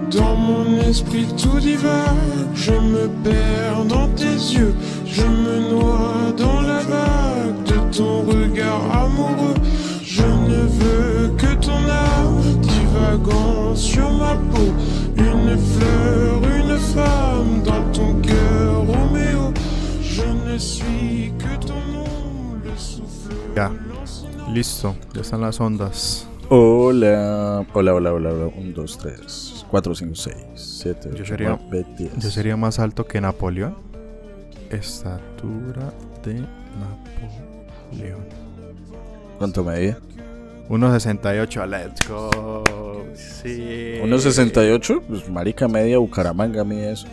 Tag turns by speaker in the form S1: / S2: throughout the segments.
S1: Dans mon esprit tout divague, je me perds dans tes yeux, je me noie dans la vague de ton regard amoureux. Je ne veux que ton âme divagant sur ma peau, une fleur, une femme dans ton cœur, Roméo. Je ne suis que ton nom, le souffle.
S2: Ya, listo, ya están las ondas.
S3: Hola. 1, 2, 3, 4, 5, 6, 7, 8, 9, 10.
S2: Yo sería más alto que Napoleón. Estatura de Napoleón.
S3: ¿Cuánto medía?
S2: 1.68, let's go. Sí.
S3: 1.68, pues marica media Bucaramanga mide eso.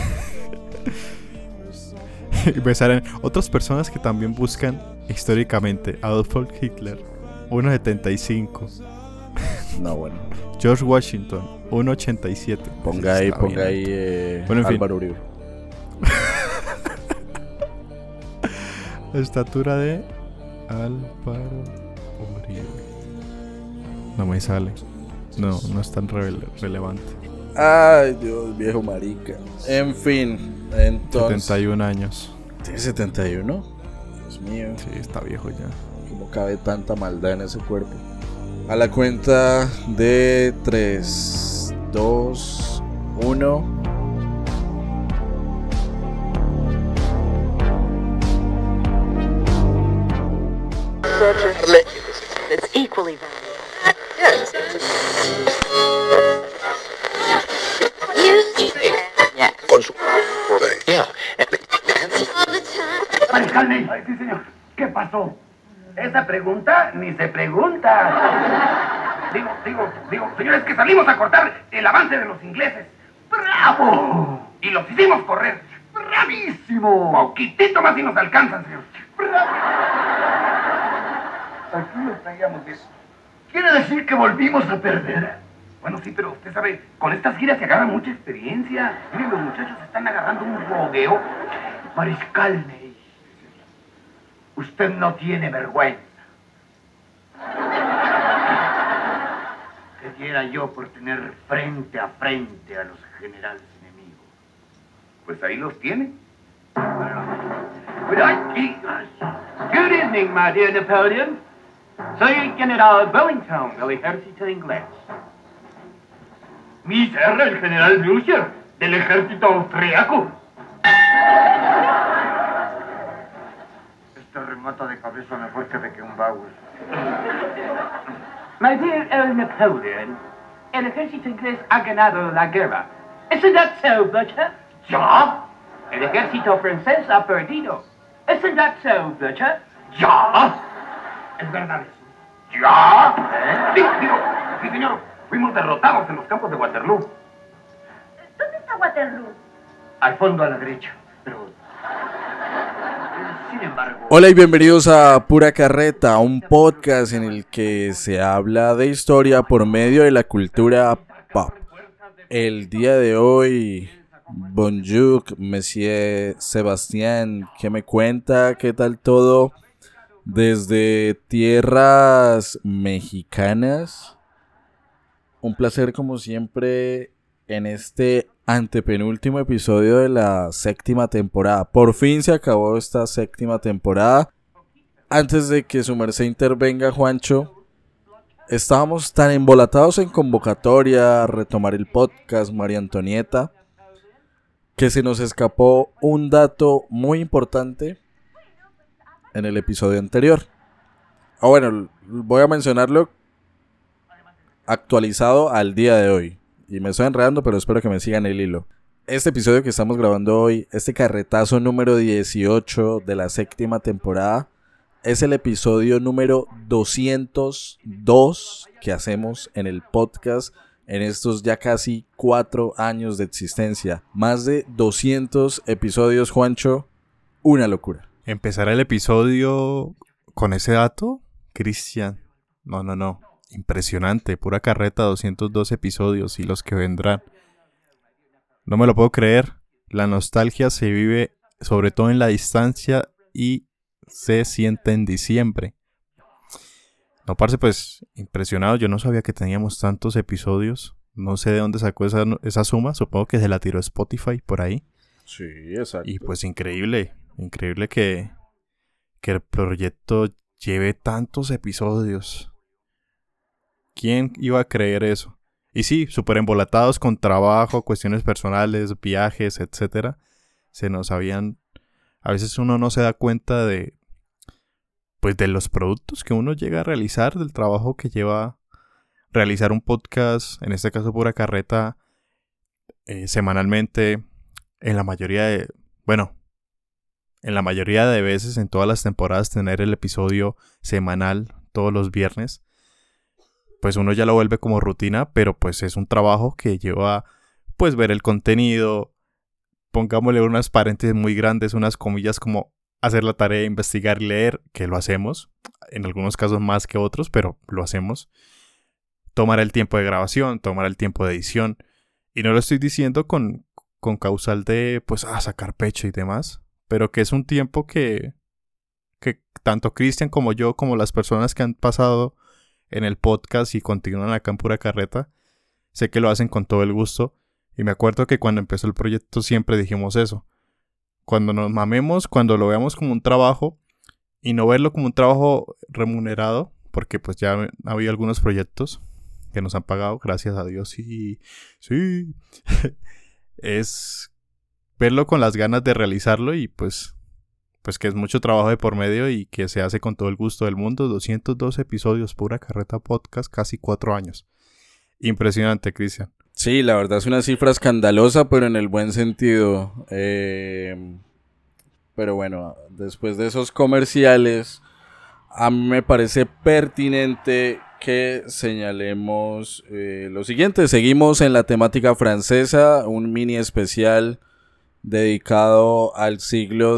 S2: Y me salen otras personas que también buscan históricamente. Adolf Hitler, 1.75.
S3: No, bueno.
S2: George Washington, 1.87.
S3: Ponga ahí,
S2: Bueno, en fin.
S3: Álvaro Uribe.
S2: La estatura de Álvaro Uribe. No me sale. No es tan relevante.
S3: Ay, Dios, viejo marica. En fin, entonces
S2: 71 años.
S3: ¿Tiene 71? Dios mío.
S2: Sí, está viejo ya.
S3: ¿Cómo cabe tanta maldad en ese cuerpo? A la cuenta de 3, 2, 1.
S4: It's equally valuable. Yes. Yeah.
S5: Con su... Yeah.
S6: Alcalde. Ay, sí, señor. ¿Qué pasó? Esa pregunta ni se pregunta. Digo, señores, que salimos a cortar el avance de los ingleses. ¡Bravo! Y los hicimos correr. ¡Bravísimo! Poquitito más y nos alcanzan, señor. ¡Bravo! Aquí nos traíamos eso. ¿Quiere decir que volvimos a perder? Bueno, sí, pero usted sabe, con estas giras se agarra mucha experiencia. Miren, los muchachos están agarrando un rogueo. Mariscal Ney, usted no tiene vergüenza. ¿Qué diera yo por tener frente a frente a los generales enemigos? Pues ahí los tiene. Pero aquí... Good evening, my dear Napoleon. Soy el general Wellington del ejército inglés. Mi ser, el general Blücher, del ejército austriaco. Este remata de cabeza más fuerte que un Bauer. My dear Napoleon, el ejército inglés ha ganado la guerra. ¿Isn't that so, Blücher? ¿Ya? El ejército francés ha perdido. ¿Isn't that so, Blücher? ¿Ya? ¿Es verdad eso? ¿Ya? Digo, sí, señor. Fuimos derrotados en los campos de Waterloo.
S7: ¿Dónde está Waterloo?
S6: Al fondo a la derecha, pero... Sin embargo...
S3: Hola y bienvenidos a Pura Carreta, un podcast en el que se habla de historia por medio de la cultura pop. El día de hoy, bonjour, Monsieur Sebastián, ¿qué me cuenta? ¿Qué tal todo? Desde tierras mexicanas. Un placer como siempre en este antepenúltimo episodio de la 7ª temporada. Por fin se acabó esta 7ª temporada. Antes de que su merced intervenga, Juancho, estábamos tan embolatados en convocatoria, retomar el podcast, María Antonieta, que se nos escapó un dato muy importante en el episodio anterior. Bueno, voy a mencionarlo actualizado al día de hoy. Y me estoy enredando, pero espero que me sigan el hilo. Este episodio que estamos grabando hoy, este carretazo número 18 de la 7ª temporada, es el episodio número 202 que hacemos en el podcast en estos ya casi 4 años de existencia. Más de 200 episodios, Juancho. Una locura.
S2: ¿Empezar el episodio con ese dato, Cristian? No. Impresionante, pura carreta, 202 episodios y los que vendrán. No me lo puedo creer. La nostalgia se vive sobre todo en la distancia y se siente en diciembre. No, parce, pues impresionado. Yo no sabía que teníamos tantos episodios. No sé de dónde sacó esa suma. Supongo que se la tiró Spotify por ahí.
S3: Sí, exacto.
S2: Y pues increíble que el proyecto lleve tantos episodios. ¿Quién iba a creer eso? Y sí, súper embolatados con trabajo, cuestiones personales, viajes, etcétera. Se nos habían... A veces uno no se da cuenta de... Pues de los productos que uno llega a realizar, del trabajo que lleva realizar un podcast, en este caso Pura Carreta, semanalmente, en la mayoría de veces, en todas las temporadas, tener el episodio semanal todos los viernes, pues uno ya lo vuelve como rutina, pero pues es un trabajo que lleva, pues, ver el contenido, pongámosle unas paréntesis muy grandes, unas comillas como hacer la tarea, investigar y leer, que lo hacemos, en algunos casos más que otros, pero lo hacemos. Tomar el tiempo de grabación, tomar el tiempo de edición. Y no lo estoy diciendo con causal de, pues, sacar pecho y demás. Pero que es un tiempo que tanto Cristian como yo, como las personas que han pasado en el podcast y continúan acá en Pura Carreta, sé que lo hacen con todo el gusto. Y me acuerdo que cuando empezó el proyecto siempre dijimos eso. Cuando nos mamemos, cuando lo veamos como un trabajo y no verlo como un trabajo remunerado, porque pues ya ha habido algunos proyectos que nos han pagado, gracias a Dios, sí, es verlo con las ganas de realizarlo y pues que es mucho trabajo de por medio y que se hace con todo el gusto del mundo. 202 episodios, Pura Carreta Podcast, casi 4 años. Impresionante, Cristian.
S3: Sí, la verdad es una cifra escandalosa, pero en el buen sentido. Pero bueno, después de esos comerciales, a mí me parece pertinente que señalemos lo siguiente. Seguimos en la temática francesa, un mini especial dedicado al siglo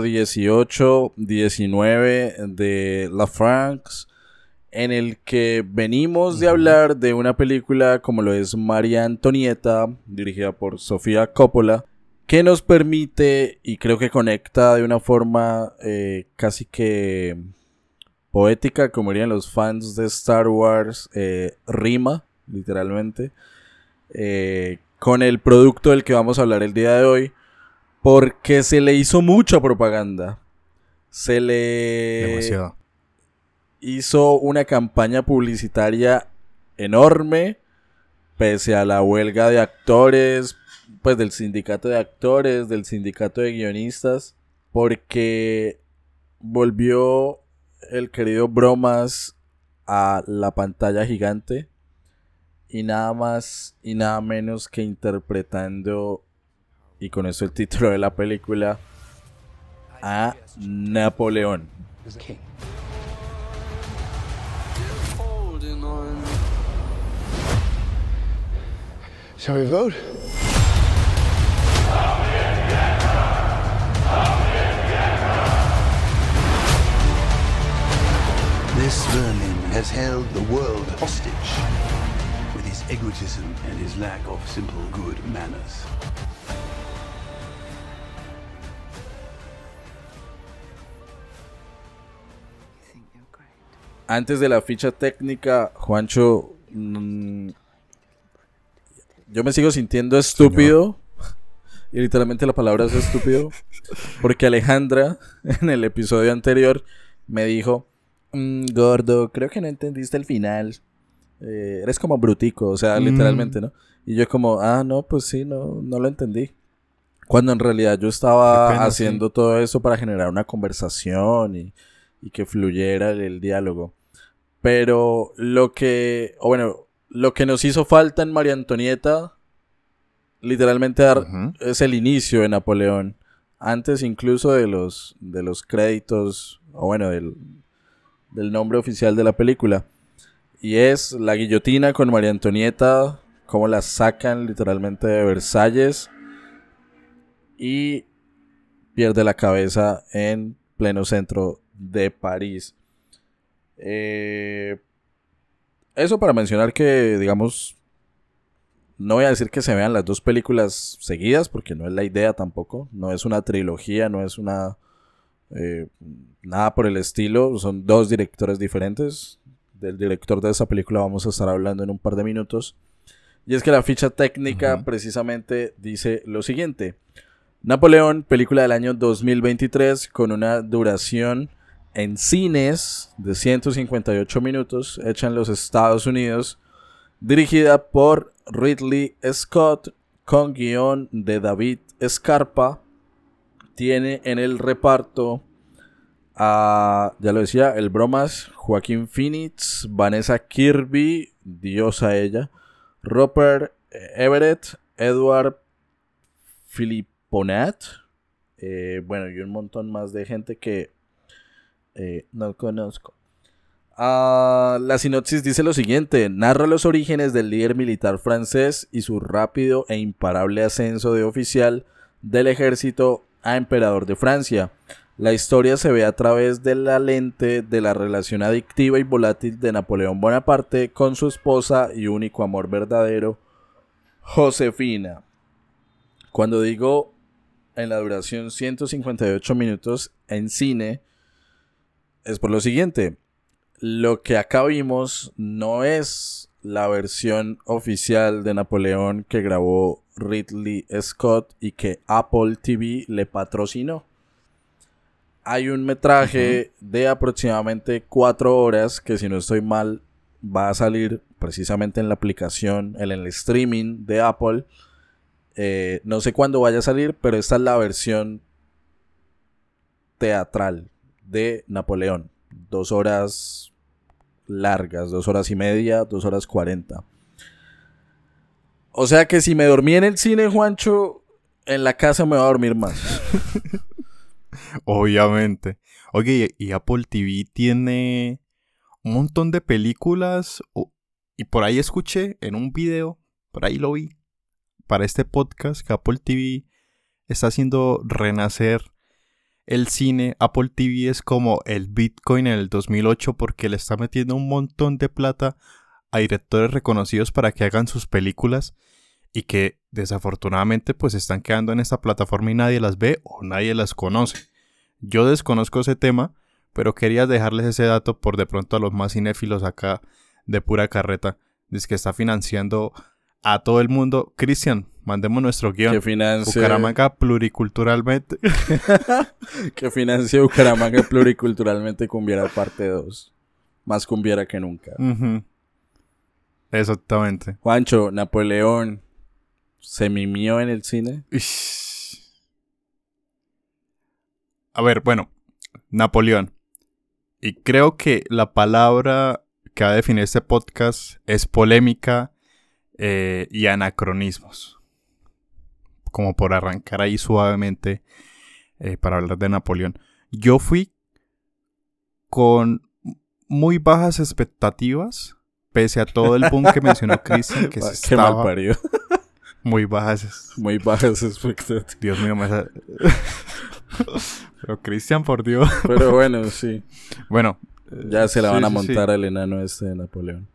S3: XVIII-XIX de La France, en el que venimos de hablar de una película como lo es María Antonieta, dirigida por Sofía Coppola, que nos permite, y creo que conecta de una forma casi que poética, como dirían los fans de Star Wars, rima, literalmente, con el producto del que vamos a hablar el día de hoy, porque se le hizo mucha propaganda. Se le
S2: Demasiado.
S3: hizo una campaña publicitaria enorme, pese a la huelga de actores, pues del sindicato de actores, del sindicato de guionistas, porque volvió el querido Bromas a la pantalla gigante y nada más y nada menos que interpretando, y con eso el título de la película, a Napoleón.
S1: Shall we vote?
S8: This vermin has held the world hostage with his egotism and his lack of simple good manners.
S3: Antes de la ficha técnica, Juancho, yo me sigo sintiendo estúpido. Y literalmente la palabra es estúpido. Porque Alejandra, en el episodio anterior, me dijo: gordo, creo que no entendiste el final. Eres como brutico, o sea, literalmente, ¿no? Y yo como, no, pues sí, no lo entendí. Cuando en realidad yo estaba haciendo todo eso para generar una conversación y que fluyera el diálogo. Pero lo que nos hizo falta en María Antonieta, literalmente es el inicio de Napoleón. Antes incluso de los créditos, o bueno, del nombre oficial de la película. Y es la guillotina con María Antonieta, cómo la sacan literalmente de Versalles y pierde la cabeza en pleno centro de París. Eso para mencionar que, digamos, no voy a decir que se vean las dos películas seguidas, porque no es la idea tampoco. No es una trilogía, no es una nada por el estilo. Son dos directores diferentes. Del director de esa película vamos a estar hablando en un par de minutos. Y es que la ficha técnica precisamente dice lo siguiente. Napoleón, película del año 2023 con una duración en cines de 158 minutos, hecha en los Estados Unidos, dirigida por Ridley Scott, con guión de David Scarpa. Tiene en el reparto a, ya lo decía, el bromas, Joaquín Phoenix, Vanessa Kirby, diosa ella, Rupert Everett, Edward Philipponat, bueno, y un montón más de gente que no conozco. La sinopsis dice lo siguiente: narra los orígenes del líder militar francés y su rápido e imparable ascenso de oficial del ejército a emperador de Francia. La historia se ve a través de la lente de la relación adictiva y volátil de Napoleón Bonaparte con su esposa y único amor verdadero, Josefina. Cuando digo en la duración 158 minutos en cine, es por lo siguiente. Lo que acá vimos no es la versión oficial de Napoleón que grabó Ridley Scott y que Apple TV le patrocinó. Hay un metraje de aproximadamente 4 horas que, si no estoy mal, va a salir precisamente en la aplicación, en el streaming de Apple. No sé cuándo vaya a salir, pero esta es la versión teatral de Napoleón. 2 horas largas, 2 horas y media, 2 horas 40. O sea que si me dormí en el cine, Juancho, en la casa me voy a dormir más.
S2: Obviamente. Oye, y Apple TV tiene un montón de películas. Y por ahí escuché en un video, por ahí lo vi, para este podcast, que Apple TV está haciendo renacer el cine. Apple TV es como el Bitcoin en el 2008 porque le está metiendo un montón de plata a directores reconocidos para que hagan sus películas y que desafortunadamente pues están quedando en esta plataforma y nadie las ve o nadie las conoce. Yo desconozco ese tema, pero quería dejarles ese dato por de pronto a los más cinéfilos acá de pura carreta. Dice que está financiando a todo el mundo. Cristian, mandemos nuestro guión.
S3: Que financie
S2: Bucaramanga pluriculturalmente.
S3: Que financie Bucaramanga pluriculturalmente Cumbiera parte 2. Más cumbiera que nunca.
S2: Exactamente.
S3: Juancho, Napoleón se mimió en el cine.
S2: A ver, bueno, Napoleón. Y creo que la palabra que va a definir este podcast es polémica y anacronismos. Como por arrancar ahí suavemente para hablar de Napoleón. Yo fui con muy bajas expectativas, pese a todo el boom que mencionó Cristian, que se
S3: Qué
S2: estaba...
S3: mal parió.
S2: Muy bajas.
S3: Muy bajas expectativas.
S2: Dios mío, Pero Cristian, por Dios.
S3: Pero bueno, sí.
S2: Bueno.
S3: Ya se la van a montar al enano este de Napoleón.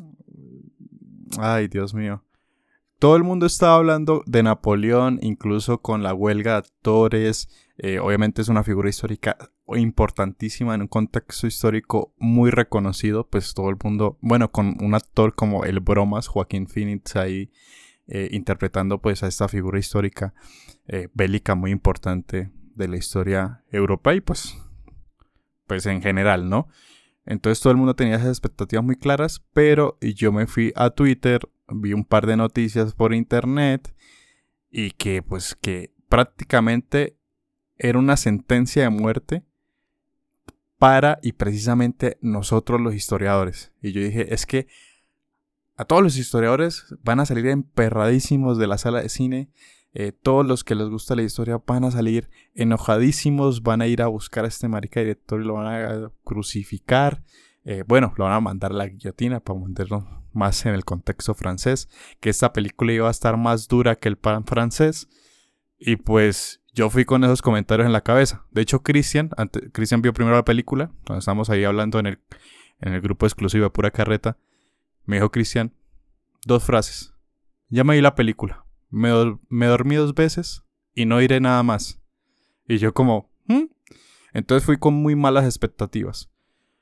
S2: Ay, Dios mío. Todo el mundo estaba hablando de Napoleón, incluso con la huelga de actores. Obviamente es una figura histórica importantísima en un contexto histórico muy reconocido. Pues todo el mundo, bueno, con un actor como el bromas, Joaquín Phoenix ahí interpretando pues a esta figura histórica bélica muy importante de la historia europea y pues en general, ¿no? Entonces todo el mundo tenía esas expectativas muy claras, pero yo me fui a Twitter, vi un par de noticias por internet y que pues que prácticamente era una sentencia de muerte para y precisamente nosotros los historiadores. Y yo dije, es que a todos los historiadores van a salir emperradísimos de la sala de cine. Todos los que les gusta la historia van a salir enojadísimos. Van a ir a buscar a este marica director y lo van a crucificar. Bueno, lo van a mandar a la guillotina para meterlo más en el contexto francés. Que esta película iba a estar más dura que el pan francés. Y pues yo fui con esos comentarios en la cabeza. De hecho, Cristian vio primero la película. Cuando estábamos ahí hablando en el grupo exclusivo de Pura Carreta. Me dijo Cristian 2 frases. Ya me vi la película. Me dormí 2 veces y no iré nada más. Y yo como... Entonces fui con muy malas expectativas.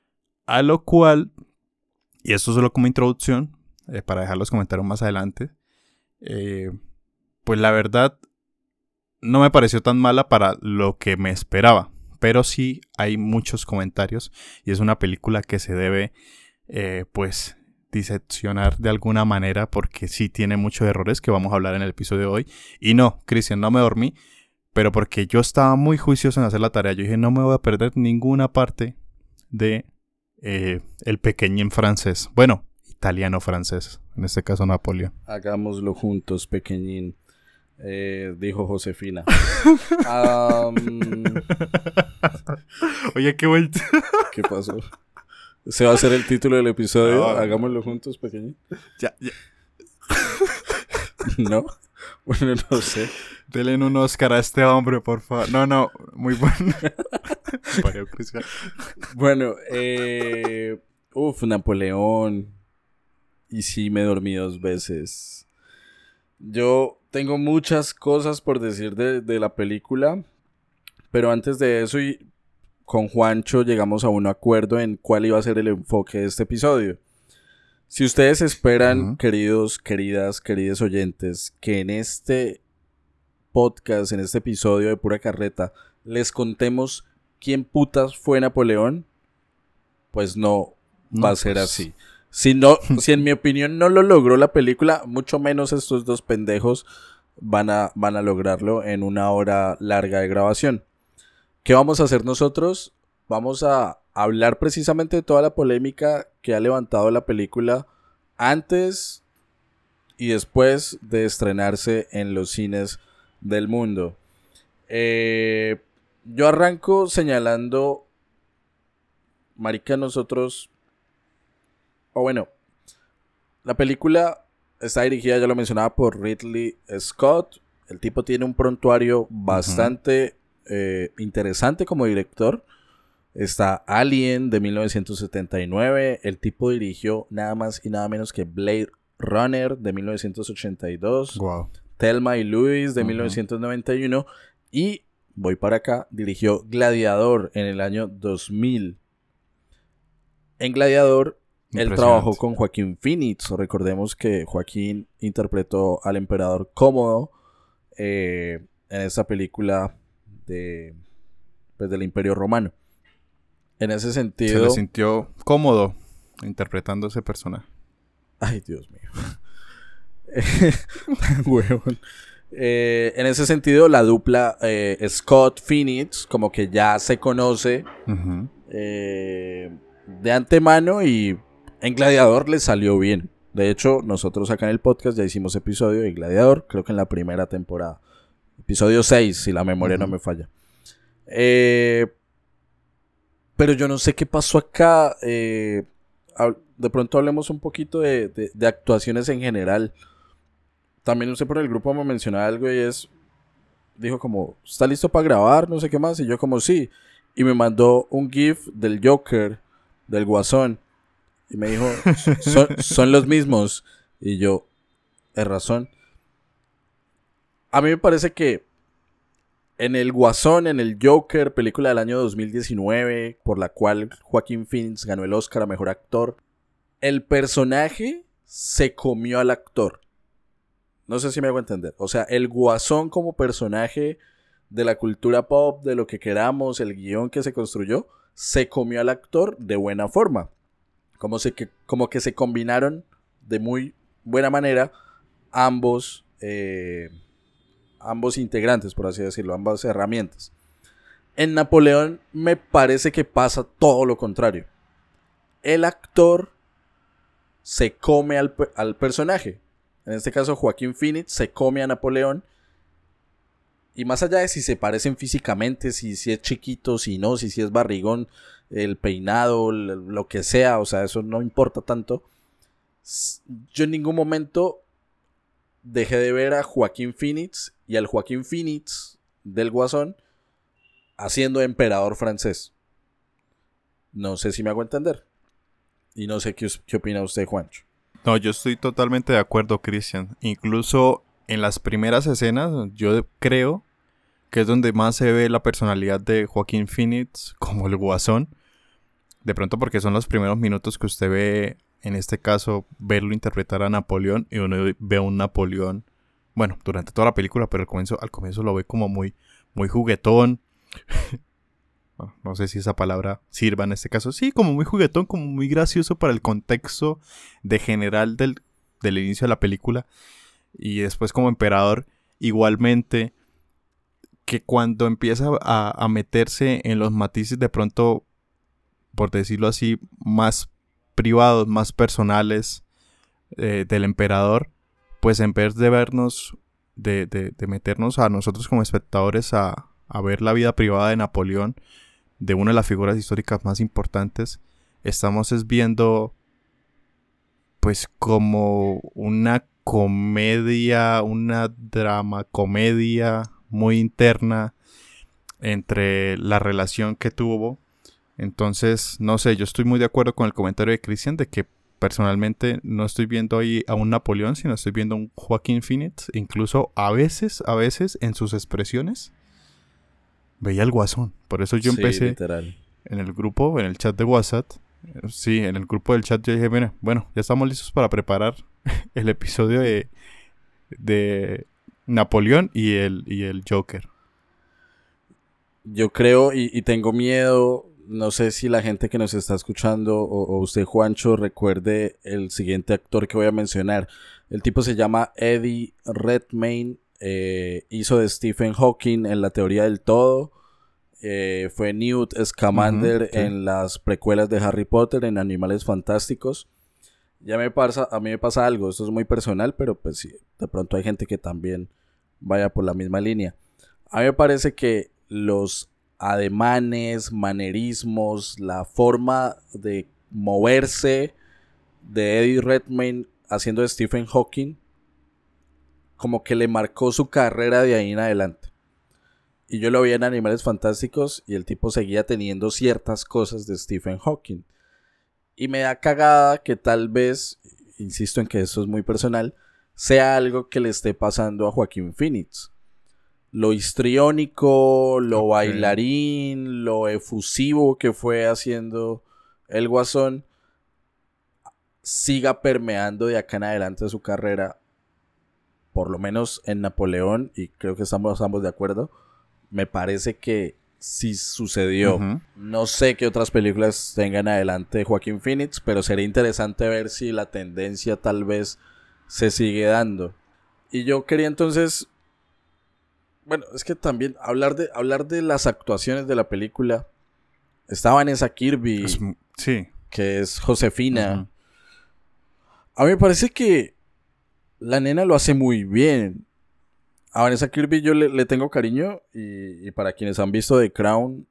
S2: A lo cual... Y esto solo como introducción, para dejar los comentarios más adelante. pues la verdad no me pareció tan mala para lo que me esperaba. Pero sí hay muchos comentarios y es una película que se debe pues diseccionar de alguna manera porque sí tiene muchos errores que vamos a hablar en el episodio de hoy. Y no, Cristian, no me dormí, pero porque yo estaba muy juicioso en hacer la tarea. Yo dije, no me voy a perder ninguna parte de El Pequeñín francés. Bueno, italiano-francés, en este caso Napoleón.
S3: Hagámoslo juntos, Pequeñín. Dijo Josefina.
S2: Oye, qué vuelta.
S3: ¿Qué pasó? ¿Se va a hacer el título del episodio? No. Hagámoslo juntos, Pequeñín.
S2: Ya.
S3: ¿No? Bueno, no sé.
S2: Denle un Oscar a este hombre, por favor. No, muy bueno.
S3: Bueno, Napoleón. Y sí, me dormí 2 veces. Yo tengo muchas cosas por decir de la película, pero antes de eso y con Juancho llegamos a un acuerdo en cuál iba a ser el enfoque de este episodio. Si ustedes esperan, queridos oyentes, que en este podcast, en este episodio de Pura Carreta, les contemos quién putas fue Napoleón, pues no va a ser así. Si en mi opinión no lo logró la película, mucho menos estos 2 pendejos van a lograrlo en 1 hora larga de grabación. ¿Qué vamos a hacer nosotros? Vamos a hablar precisamente de toda la polémica que ha levantado la película antes y después de estrenarse en los cines del mundo. Yo arranco señalando, marica, nosotros... la película está dirigida, ya lo mencionaba, por Ridley Scott. El tipo tiene un prontuario bastante interesante como director. Está Alien de 1979. El tipo dirigió nada más y nada menos que Blade Runner de 1982.
S2: Wow.
S3: Thelma y Louise de 1991. Y, voy para acá, dirigió Gladiador en el año 2000. En Gladiador... él trabajó con Joaquín Phoenix. Recordemos que Joaquín interpretó al emperador Cómodo en esta película del Imperio Romano. En ese sentido...
S2: se le sintió cómodo interpretando ese personaje.
S3: Ay, Dios mío. Huevón. En ese sentido, la dupla Scott-Phoenix como que ya se conoce de antemano y... en Gladiador le salió bien. De hecho, nosotros acá en el podcast ya hicimos episodio de Gladiador, creo que en la primera temporada. Episodio 6, si la memoria no me falla. Pero yo no sé qué pasó acá. De pronto hablemos un poquito de actuaciones en general. También usted por el grupo me mencionaba algo y dijo como, ¿está listo para grabar? No sé qué más. Y yo como, sí. Y me mandó un GIF del Joker, del Guasón. Y me dijo, son los mismos. Y yo, es razón. A mí me parece que en el Guasón, en el Joker, película del año 2019, por la cual Joaquín Phoenix ganó el Oscar a Mejor Actor, el personaje se comió al actor. No sé si me hago entender. O sea, el Guasón como personaje de la cultura pop, de lo que queramos, el guión que se construyó, se comió al actor de buena forma. Como que se combinaron de muy buena manera ambos integrantes, por así decirlo, ambas herramientas. En Napoleón me parece que pasa todo lo contrario. El actor se come al personaje. En este caso, Joaquín Phoenix se come a Napoleón. Y más allá de si se parecen físicamente, si es chiquito, si no, si es barrigón, el peinado, lo que sea, o sea, eso no importa tanto. Yo en ningún momento dejé de ver a Joaquín Phoenix y al Joaquín Phoenix del Guasón haciendo emperador francés. No sé si me hago entender. Y no sé qué opina usted, Juancho.
S2: No, yo estoy totalmente de acuerdo, Cristian. Incluso en las primeras escenas, yo creo que es donde más se ve la personalidad de Joaquín Phoenix como el Guasón. De pronto porque son los primeros minutos que usted ve, en este caso, verlo interpretar a Napoleón, y uno ve a un Napoleón bueno, durante toda la película, pero al comienzo lo ve como muy, muy juguetón. No sé si esa palabra sirva en este caso. Sí, como muy juguetón, como muy gracioso para el contexto de general del inicio de la película. Y después como emperador, igualmente, que cuando empieza a meterse en los matices de pronto, por decirlo así, más privados, más personales del emperador, pues en vez de vernos, de meternos a nosotros como espectadores a ver la vida privada de Napoleón, de una de las figuras históricas más importantes, estamos viendo pues como una comedia, una dramacomedia muy interna entre la relación que tuvo. Entonces, no sé, yo estoy muy de acuerdo con el comentario de Christian de que personalmente no estoy viendo ahí a un Napoleón, sino estoy viendo a un Joaquin Phoenix. Incluso a veces en sus expresiones veía el Guasón. Por eso yo empecé
S3: literal.
S2: En el grupo, en el chat de WhatsApp. Sí, en el grupo del chat yo dije, mira, bueno, ya estamos listos para preparar el episodio de Napoleón y el Joker.
S3: Yo creo y tengo miedo, no sé si la gente que nos está escuchando o usted, Juancho, recuerde el siguiente actor que voy a mencionar. El tipo se llama Eddie Redmayne, hizo de Stephen Hawking en La Teoría del Todo, fue Newt Scamander
S2: sí.
S3: en las precuelas de Harry Potter, en Animales Fantásticos. A mí me pasa algo, esto es muy personal, pero pues sí, de pronto hay gente que también vaya por la misma línea. A mí me parece que los ademanes, manerismos, la forma de moverse de Eddie Redmayne haciendo de Stephen Hawking, como que le marcó su carrera de ahí en adelante. Y yo lo vi en Animales Fantásticos y el tipo seguía teniendo ciertas cosas de Stephen Hawking. Y me da cagada que tal vez, insisto en que eso es muy personal, sea algo que le esté pasando a Joaquin Phoenix. Lo histriónico, lo bailarín, lo efusivo que fue haciendo el Guasón, siga permeando de acá en adelante su carrera, por lo menos en Napoleón, y creo que estamos ambos de acuerdo. Me parece que sí sucedió. No sé qué otras películas tengan adelante Joaquin Phoenix, pero sería interesante ver si la tendencia tal vez se sigue dando. Y yo quería entonces, bueno, es que también hablar de las actuaciones de la película. Está Vanessa Kirby,
S2: sí,
S3: que es Josefina. A mí me parece que la nena lo hace muy bien. A Vanessa Kirby yo le tengo cariño y para quienes han visto The Crown,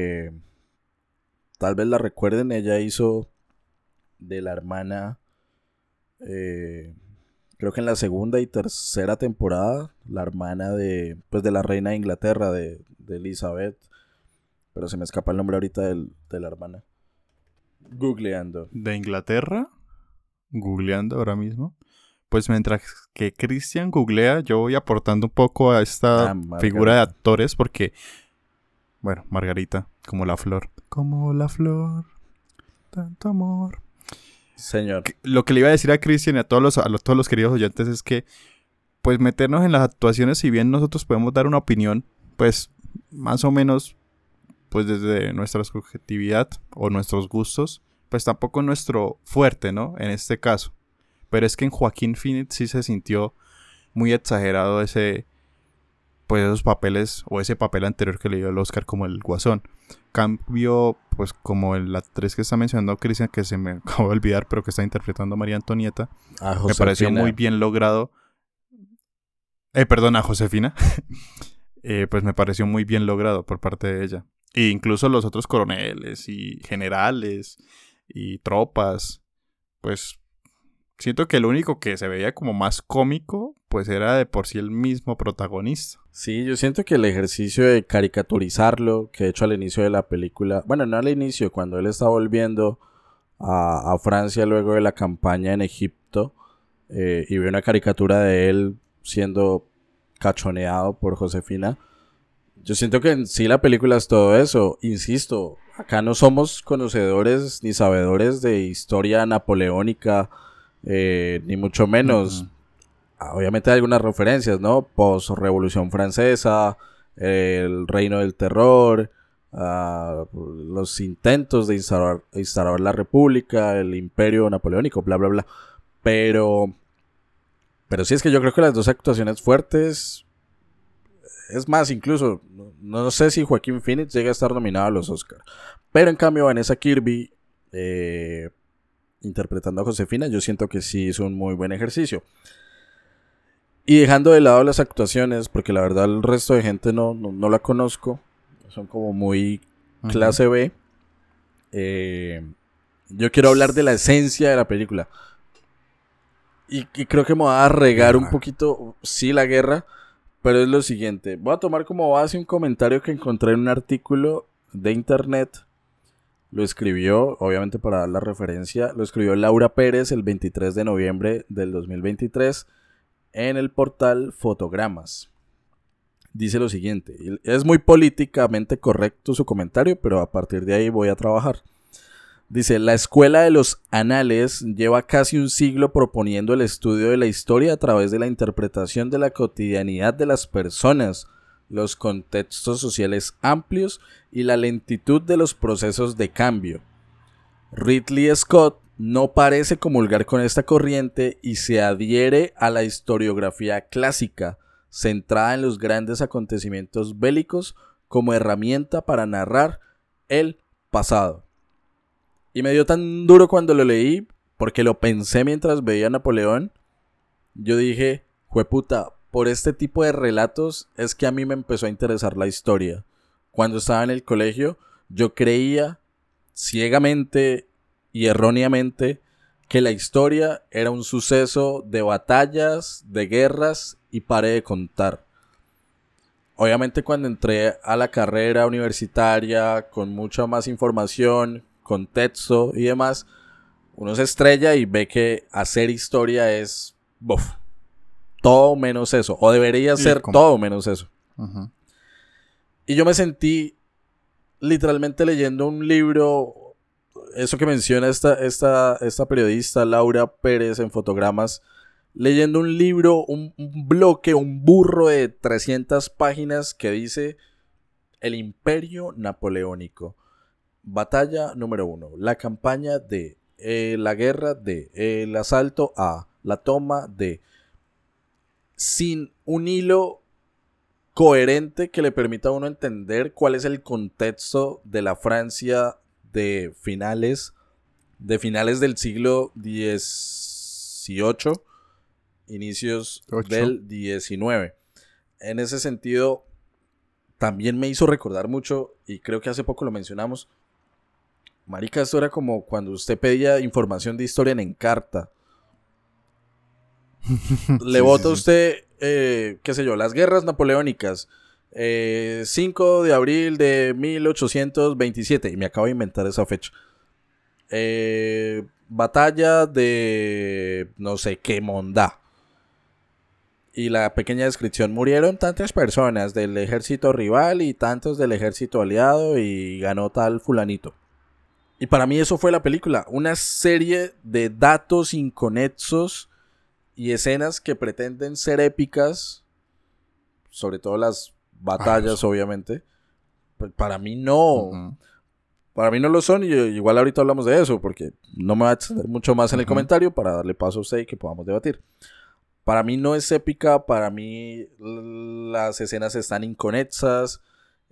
S3: tal vez la recuerden, ella hizo de la hermana, creo que en la segunda y tercera temporada, la hermana de la reina de Inglaterra, de Elizabeth, pero se me escapa el nombre ahorita de la hermana. Googleando.
S2: ¿De Inglaterra? Googleando ahora mismo. Pues mientras que Christian googlea, yo voy aportando un poco a esta figura de actores porque, bueno, Margarita, como la flor. Como la flor, tanto amor.
S3: Señor.
S2: Lo que le iba a decir a Christian y a todos los queridos oyentes es que, pues meternos en las actuaciones, si bien nosotros podemos dar una opinión, pues más o menos, pues desde nuestra subjetividad o nuestros gustos, pues tampoco es nuestro fuerte, ¿no? En este caso. Pero es que en Joaquin Phoenix sí se sintió muy exagerado esos papeles o ese papel anterior que le dio el Oscar como el Guasón. Cambio, pues como la actriz que está mencionando Christian, que se me acabo de olvidar, pero que está interpretando a María Antonieta, me pareció muy bien logrado. A Josefina. Pues me pareció muy bien logrado por parte de ella. E incluso los otros coroneles y generales y tropas, pues siento que el único que se veía como más cómico, pues era de por sí el mismo protagonista.
S3: Sí, yo siento que el ejercicio de caricaturizarlo, que de hecho al inicio de la película, bueno, no al inicio, cuando él está volviendo a Francia luego de la campaña en Egipto, y ve una caricatura de él siendo cachoneado por Josefina, yo siento que en sí la película es todo eso. Insisto, acá no somos conocedores ni sabedores de historia napoleónica, ni mucho menos. obviamente hay algunas referencias, ¿no? Post-Revolución Francesa, el Reino del Terror, los intentos de instaurar la República, el Imperio Napoleónico, bla, bla, bla. Pero sí, es que yo creo que las dos actuaciones fuertes... Es más, incluso, no sé si Joaquín Phoenix llega a estar nominado a los Oscars. Pero en cambio Vanessa Kirby, interpretando a Josefina, yo siento que sí hizo un muy buen ejercicio. Y dejando de lado las actuaciones, porque la verdad el resto de gente no la conozco, son como muy clase B. Yo quiero hablar de la esencia de la película. Y creo que me va a regar un poquito, sí, la guerra. Pero es lo siguiente, voy a tomar como base un comentario que encontré en un artículo de internet. Lo escribió, obviamente para dar la referencia, lo escribió Laura Pérez el 23 de noviembre del 2023 en el portal Fotogramas. Dice lo siguiente, es muy políticamente correcto su comentario, pero a partir de ahí voy a trabajar. Dice, la escuela de los anales lleva casi un siglo proponiendo el estudio de la historia a través de la interpretación de la cotidianidad de las personas, los contextos sociales amplios y la lentitud de los procesos de cambio. Ridley Scott no parece comulgar con esta corriente y se adhiere a la historiografía clásica, centrada en los grandes acontecimientos bélicos como herramienta para narrar el pasado. Y me dio tan duro cuando lo leí, porque lo pensé mientras veía Napoleón. Yo dije, jueputa, por este tipo de relatos es que a mí me empezó a interesar la historia. Cuando estaba en el colegio, yo creía ciegamente y erróneamente que la historia era un suceso de batallas, de guerras y pare de contar. Obviamente cuando entré a la carrera universitaria con mucha más información, contexto y demás, uno se estrella y ve que hacer historia es todo menos eso, o debería ser todo menos eso. Y yo me sentí literalmente leyendo un libro, eso que menciona esta periodista Laura Pérez en Fotogramas, leyendo un libro, un bloque, un burro de 300 páginas que dice el Imperio Napoleónico. Batalla número 1, la campaña de, la guerra de, el asalto a, la toma de, sin un hilo coherente que le permita a uno entender cuál es el contexto de la Francia de finales del siglo XVIII, inicios del XIX. En ese sentido, también me hizo recordar mucho, y creo que hace poco lo mencionamos, marica, esto era como cuando usted pedía información de historia en Encarta. Le bota a usted, qué sé yo, las guerras napoleónicas, 5 de abril de 1827, y me acabo de inventar esa fecha. Batalla de no sé qué Mondá. Y la pequeña descripción, murieron tantas personas del ejército rival y tantos del ejército aliado y ganó tal fulanito. Y para mí eso fue la película, una serie de datos inconexos y escenas que pretenden ser épicas, sobre todo las batallas, obviamente. Pero para mí no. Para mí no lo son, y igual ahorita hablamos de eso, porque no me voy a extender mucho más en el comentario para darle paso a usted y que podamos debatir. Para mí no es épica, para mí las escenas están inconexas.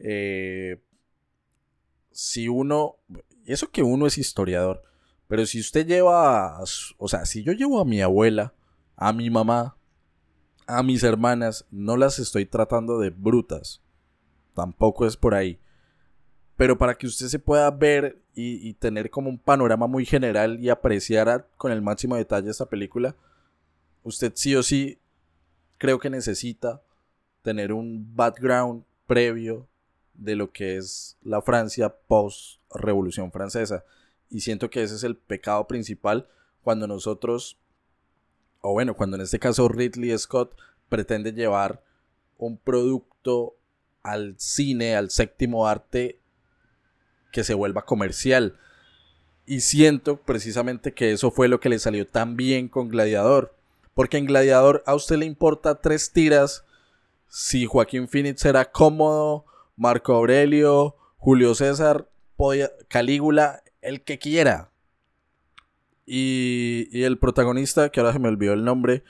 S3: Si uno... Eso que uno es historiador, pero si usted lleva... O sea, si yo llevo a mi abuela, a mi mamá, a mis hermanas, no las estoy tratando de brutas. Tampoco es por ahí. Pero para que usted se pueda ver y tener como un panorama muy general y apreciar con el máximo detalle esta película, usted sí o sí creo que necesita tener un background previo de lo que es la Francia post-Revolución Francesa. Y siento que ese es el pecado principal cuando nosotros, o bueno, cuando en este caso Ridley Scott pretende llevar un producto al cine, al séptimo arte, que se vuelva comercial. Y siento precisamente que eso fue lo que le salió tan bien con Gladiador. Porque en Gladiador a usted le importa 3 tiras si Joaquín Phoenix era cómodo, Marco Aurelio, Julio César, Calígula, el que quiera. Y el protagonista, que ahora se me olvidó el nombre,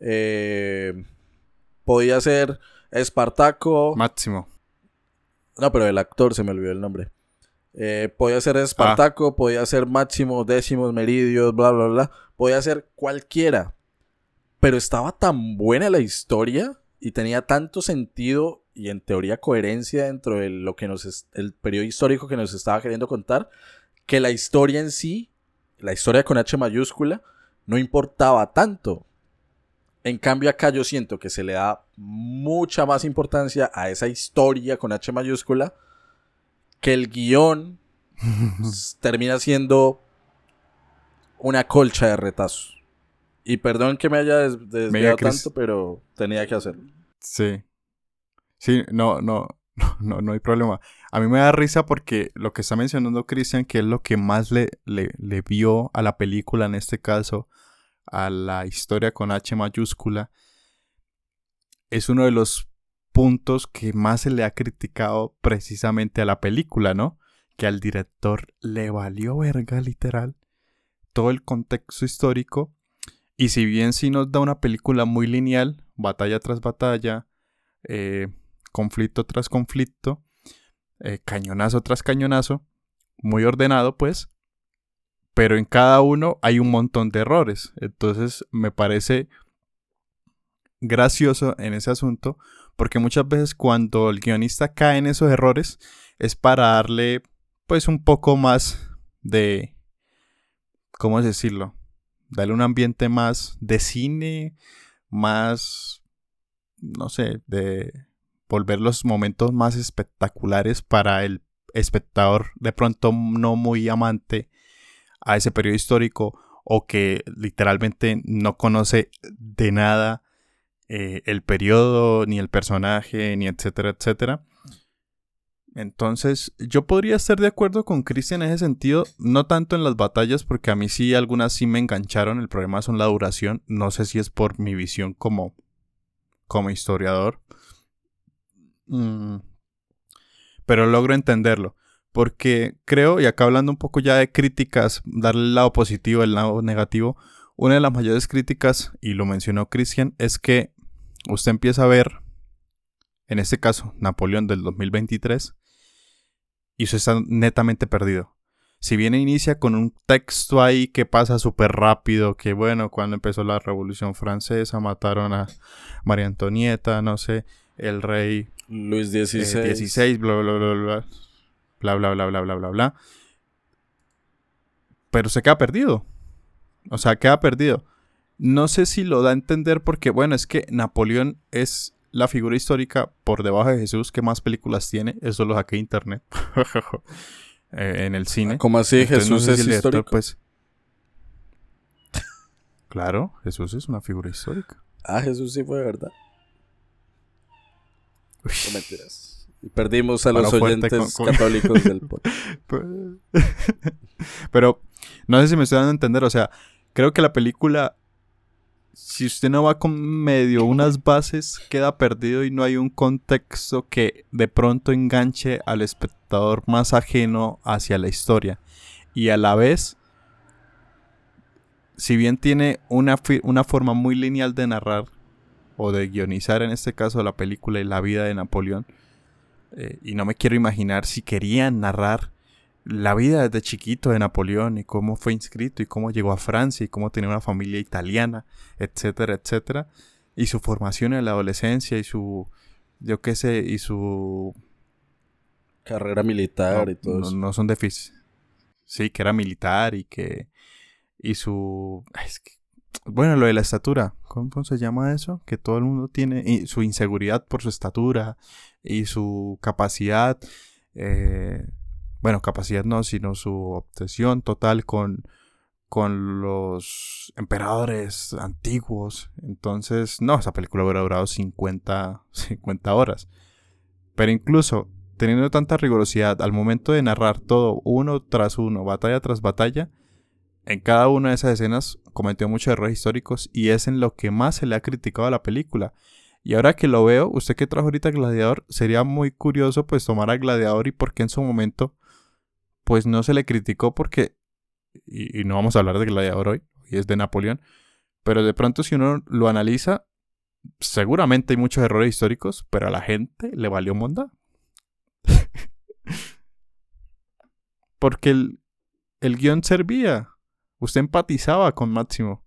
S3: podía ser Espartaco.
S2: Máximo.
S3: No, pero el actor se me olvidó el nombre. Podía ser Espartaco, podía ser Máximo, Décimos, Meridios, bla, bla, bla. Podía ser cualquiera. Pero estaba tan buena la historia y tenía tanto sentido y en teoría coherencia dentro de lo que el periodo histórico que nos estaba queriendo contar, que la historia en sí, la historia con H mayúscula, no importaba tanto. En cambio acá yo siento que se le da mucha más importancia a esa historia con H mayúscula, que el guión termina siendo una colcha de retazos. Y perdón que me haya desviado tanto, pero tenía que hacerlo.
S2: Sí. Sí, no hay problema. A mí me da risa porque lo que está mencionando Cristian, que es lo que más le vio a la película, en este caso, a la historia con H mayúscula, es uno de los puntos que más se le ha criticado precisamente a la película, ¿no? Que al director le valió verga, literal, todo el contexto histórico. Y si bien sí nos da una película muy lineal, batalla tras batalla, conflicto tras conflicto, cañonazo tras cañonazo, muy ordenado pues, pero en cada uno hay un montón de errores. Entonces me parece gracioso en ese asunto, porque muchas veces cuando el guionista cae en esos errores es para darle pues un poco más de, ¿cómo decirlo? Darle un ambiente más de cine, más, no sé, de volver los momentos más espectaculares para el espectador de pronto no muy amante a ese periodo histórico o que literalmente no conoce de nada el periodo, ni el personaje, ni etcétera, etcétera. Entonces, yo podría estar de acuerdo con Cristian en ese sentido, no tanto en las batallas, porque a mí sí, algunas sí me engancharon, el problema son la duración, no sé si es por mi visión como historiador, pero logro entenderlo, porque creo, y acá hablando un poco ya de críticas, darle el lado positivo, el lado negativo, una de las mayores críticas, y lo mencionó Cristian, es que usted empieza a ver, en este caso, Napoleón del 2023, y usted está netamente perdido. Si bien inicia con un texto ahí que pasa súper rápido, que bueno, cuando empezó la Revolución Francesa, mataron a María Antonieta, no sé, el rey
S3: Luis XVI,
S2: bla, bla, bla, bla, bla, bla, bla, bla, bla, bla, bla. Pero se queda perdido. O sea, queda perdido. No sé si lo da a entender porque, bueno, es que Napoleón es la figura histórica por debajo de Jesús que más películas tiene. Eso lo saqué de internet. En el cine.
S3: ¿Cómo así?
S2: Entonces,
S3: ¿Jesús
S2: no sé
S3: es
S2: si el director,
S3: histórico?
S2: pues... Claro, Jesús es una figura histórica.
S3: Ah, Jesús sí fue de verdad. No mentiras. Y perdimos a los oyentes católicos del podcast.
S2: Pero no sé si me estoy dando a entender. O sea, creo que la película, si usted no va con medio unas bases, queda perdido y no hay un contexto que de pronto enganche al espectador más ajeno hacia la historia. Y a la vez, si bien tiene una forma muy lineal de narrar o de guionizar en este caso la película y la vida de Napoleón, y no me quiero imaginar si querían narrar la vida desde chiquito de Napoleón y cómo fue inscrito y cómo llegó a Francia y cómo tenía una familia italiana, etcétera, etcétera, y su formación en la adolescencia y su, yo qué sé, y su
S3: carrera militar y todo eso.
S2: No son difíciles. Sí, que era militar y que y su bueno, lo de la estatura, ¿cómo se llama eso? Que todo el mundo tiene y su inseguridad por su estatura y su capacidad, bueno, capacidad no, sino su obsesión total con los emperadores antiguos. Entonces, no, esa película hubiera durado 50 horas. Pero incluso teniendo tanta rigurosidad al momento de narrar todo uno tras uno, batalla tras batalla, en cada una de esas escenas cometió muchos errores históricos y es en lo que más se le ha criticado a la película. Y ahora que lo veo, usted que trajo ahorita Gladiador, sería muy curioso pues tomar a Gladiador y por qué en su momento pues no se le criticó porque, y no vamos a hablar de Gladiador hoy, y es de Napoleón, pero de pronto si uno lo analiza, seguramente hay muchos errores históricos, pero a la gente le valió monda. Porque el guión servía. Usted empatizaba con Máximo.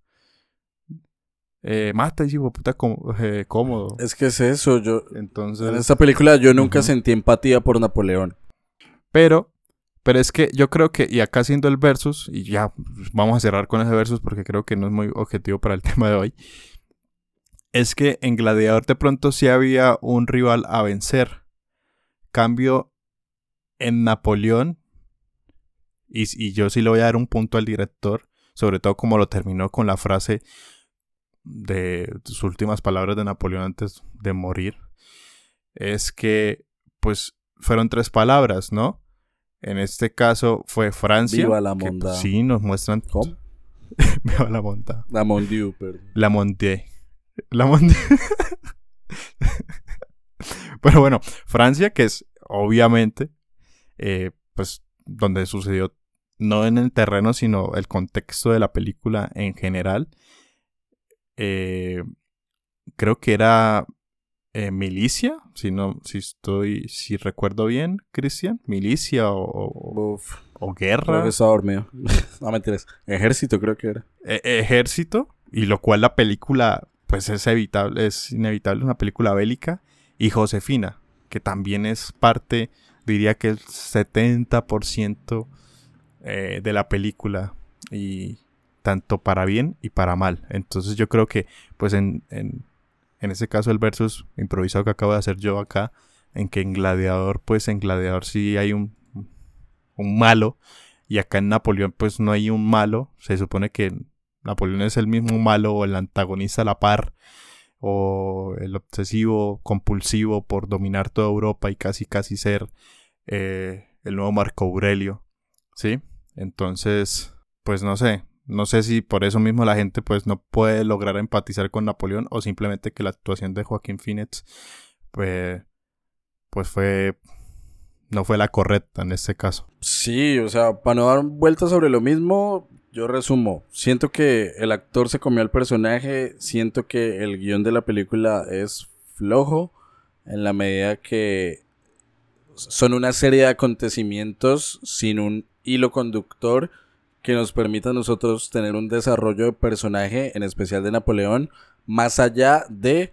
S2: Mata ese hijo de puta cómodo.
S3: Es que es eso,
S2: Entonces,
S3: en esta película yo nunca sentí empatía por Napoleón.
S2: Pero es que yo creo que, y acá haciendo el versus, y ya vamos a cerrar con ese versus porque creo que no es muy objetivo para el tema de hoy, es que en Gladiador de pronto sí había un rival a vencer. Cambio en Napoleón, y yo sí le voy a dar un punto al director, sobre todo como lo terminó con la frase de sus últimas palabras de Napoleón antes de morir, es que pues fueron 3 palabras, ¿no? En este caso fue Francia.
S3: Viva la
S2: que,
S3: monda.
S2: pues, sí, nos muestran.
S3: ¿Cómo?
S2: Viva la monda.
S3: La Mondieu, perdón.
S2: La Mondieu. La Mondieu. Pero bueno, Francia, que es obviamente, pues, donde sucedió, no en el terreno, sino el contexto de la película en general. Creo que era milicia, si recuerdo bien, Cristian, milicia o guerra.
S3: Creo que estaba dormido. No, mentiras. Ejército creo que era.
S2: Ejército, y lo cual la película, pues es inevitable, una película bélica. Y Josefina, que también es parte, diría que el 70% de la película, y tanto para bien y para mal. Entonces yo creo que, pues en ese caso el versus improvisado que acabo de hacer yo acá, en que en Gladiador sí hay un malo, y acá en Napoleón pues no hay un malo. Se supone que Napoleón es el mismo malo o el antagonista a la par, o el obsesivo compulsivo por dominar toda Europa y casi ser el nuevo Marco Aurelio, ¿sí? Entonces, pues no sé si por eso mismo la gente pues no puede lograr empatizar con Napoleón, o simplemente que la actuación de Joaquín Phoenix pues no fue la correcta en este caso.
S3: Sí, o sea, para no dar vueltas sobre lo mismo, yo resumo. Siento que el actor se comió al personaje, siento que el guión de la película es flojo, en la medida que son una serie de acontecimientos sin un hilo conductor que nos permita a nosotros tener un desarrollo de personaje, en especial de Napoleón, más allá de...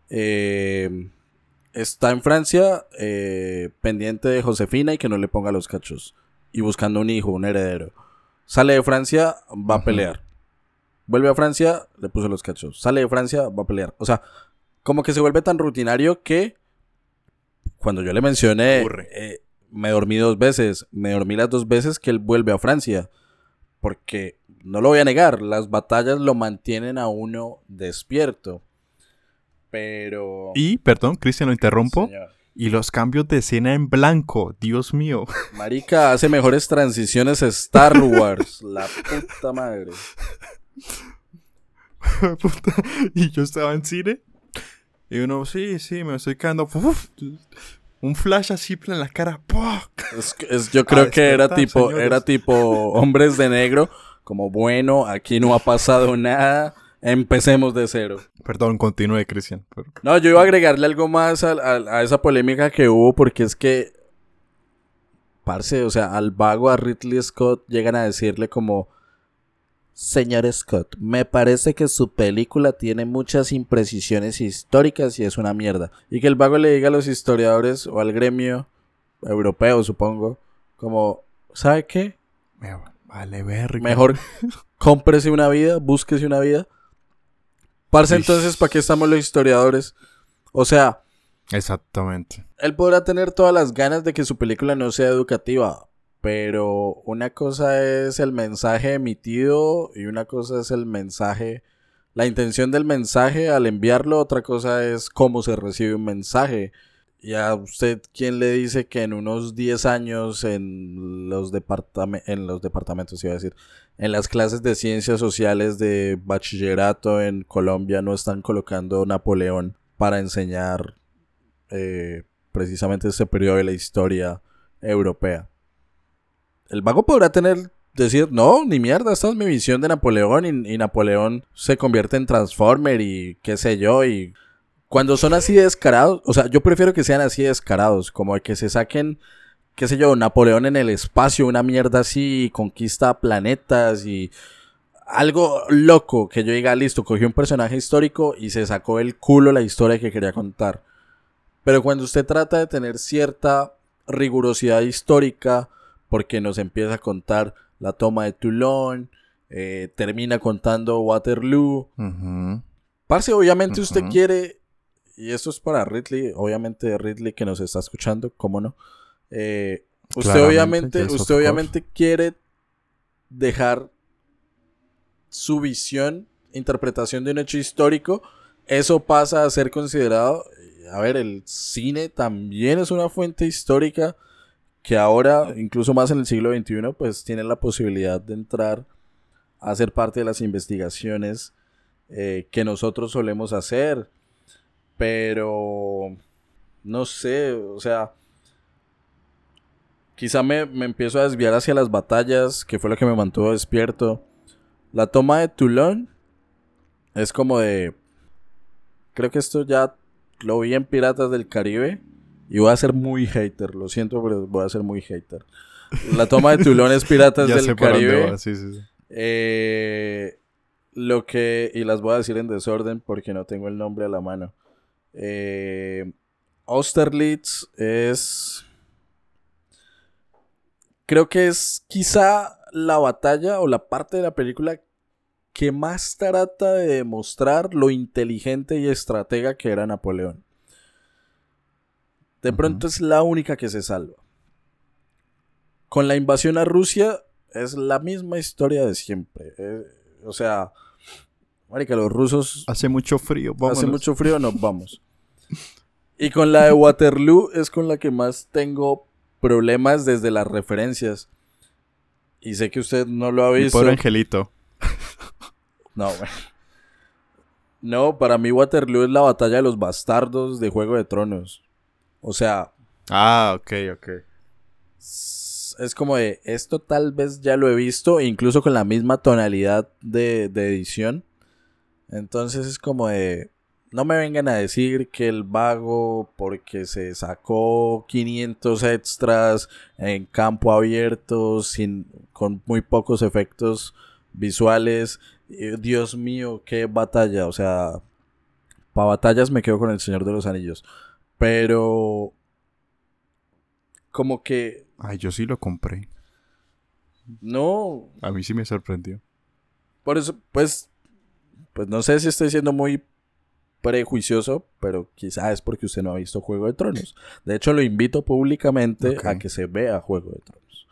S3: está en Francia, pendiente de Josefina y que no le ponga los cachos, y buscando un hijo, un heredero. Sale de Francia, va a pelear. Vuelve a Francia, le puso los cachos. Sale de Francia, va a pelear. O sea, como que se vuelve tan rutinario que cuando yo le mencioné, me dormí 2 veces. Me dormí las 2 veces que él vuelve a Francia. Porque, no lo voy a negar, las batallas lo mantienen a uno despierto. Pero...
S2: Y, perdón, Cristian, lo interrumpo.
S3: Señor.
S2: Y los cambios de escena en blanco, Dios mío.
S3: Marica, hace mejores transiciones Star Wars. La puta madre.
S2: Y yo estaba en cine. Y uno, sí, me estoy quedando. Uf, un flash así en la cara.
S3: Yo creo que era
S2: señores.
S3: tipo Hombres de Negro. Como bueno, aquí no ha pasado nada. Empecemos de cero.
S2: Perdón, continúe, Cristian.
S3: No, yo iba a agregarle algo más a esa polémica que hubo, porque es que, parce, o sea, al vago, a Ridley Scott, llegan a decirle como: señor Scott, me parece que su película tiene muchas imprecisiones históricas y es una mierda. Y que el vago le diga a los historiadores o al gremio europeo, supongo, como, ¿sabe qué?
S2: Vale, verga.
S3: Mejor cómprese una vida, búsquese una vida. Parce, entonces, ¿para qué estamos los historiadores? O sea...
S2: Exactamente.
S3: Él podrá tener todas las ganas de que su película no sea educativa, pero una cosa es el mensaje emitido y una cosa es el mensaje... La intención del mensaje al enviarlo, otra cosa es cómo se recibe un mensaje. ¿Y a usted quién le dice que en unos 10 años en los departamentos, iba a decir, en las clases de ciencias sociales de bachillerato en Colombia no están colocando Napoleón para enseñar precisamente este periodo de la historia europea? El vago podrá decir, no, ni mierda, esta es mi visión de Napoleón, y Napoleón se convierte en Transformer y qué sé yo, y cuando son así de descarados, o sea, yo prefiero que sean así de descarados, como de que se saquen, qué sé yo, Napoleón en el espacio, una mierda así, y conquista planetas y algo loco, que yo diga, listo, cogió un personaje histórico y se sacó el culo la historia que quería contar. Pero cuando usted trata de tener cierta rigurosidad histórica, porque nos empieza a contar la toma de Toulon, termina contando Waterloo, parce, obviamente usted quiere... Y esto es para Ridley, obviamente Ridley que nos está escuchando, ¿cómo no? Usted obviamente quiere dejar su visión, interpretación de un hecho histórico. Eso pasa a ser considerado, a ver, el cine también es una fuente histórica que ahora, incluso más en el siglo XXI, pues tiene la posibilidad de entrar a ser parte de las investigaciones que nosotros solemos hacer. Pero no sé, o sea, quizá me empiezo a desviar hacia las batallas, que fue lo que me mantuvo despierto. La toma de Toulon es como de... Creo que esto ya lo vi en Piratas del Caribe y voy a ser muy hater, lo siento, pero voy a ser muy hater. La toma de Toulon es Piratas del Caribe. Sí. Y las voy a decir en desorden porque no tengo el nombre a la mano. Austerlitz es... Creo que es quizá la batalla o la parte de la película que más trata de demostrar lo inteligente y estratega que era Napoleón. De pronto es la única que se salva. Con la invasión a Rusia es la misma historia de siempre. O sea... Marica, los rusos...
S2: Hace mucho frío, vámonos.
S3: Hace mucho frío, nos vamos. Y con la de Waterloo es con la que más tengo problemas desde las referencias. Y sé que usted no lo ha visto.
S2: Mi pobre angelito.
S3: No, güey. No, para mí Waterloo es la batalla de los bastardos de Juego de Tronos. O sea...
S2: Ah, ok.
S3: Es como de... Esto tal vez ya lo he visto, incluso con la misma tonalidad de edición. Entonces es como de... No me vengan a decir que el vago, porque se sacó 500 extras en campo abierto, con muy pocos efectos visuales. Dios mío, qué batalla. O sea, para batallas me quedo con El Señor de los Anillos. Pero... como que...
S2: Ay, yo sí lo compré.
S3: No.
S2: A mí sí me sorprendió.
S3: Por eso, pues no sé si estoy siendo muy prejuicioso, pero quizá es porque usted no ha visto Juego de Tronos. De hecho, lo invito públicamente a que se vea Juego de Tronos.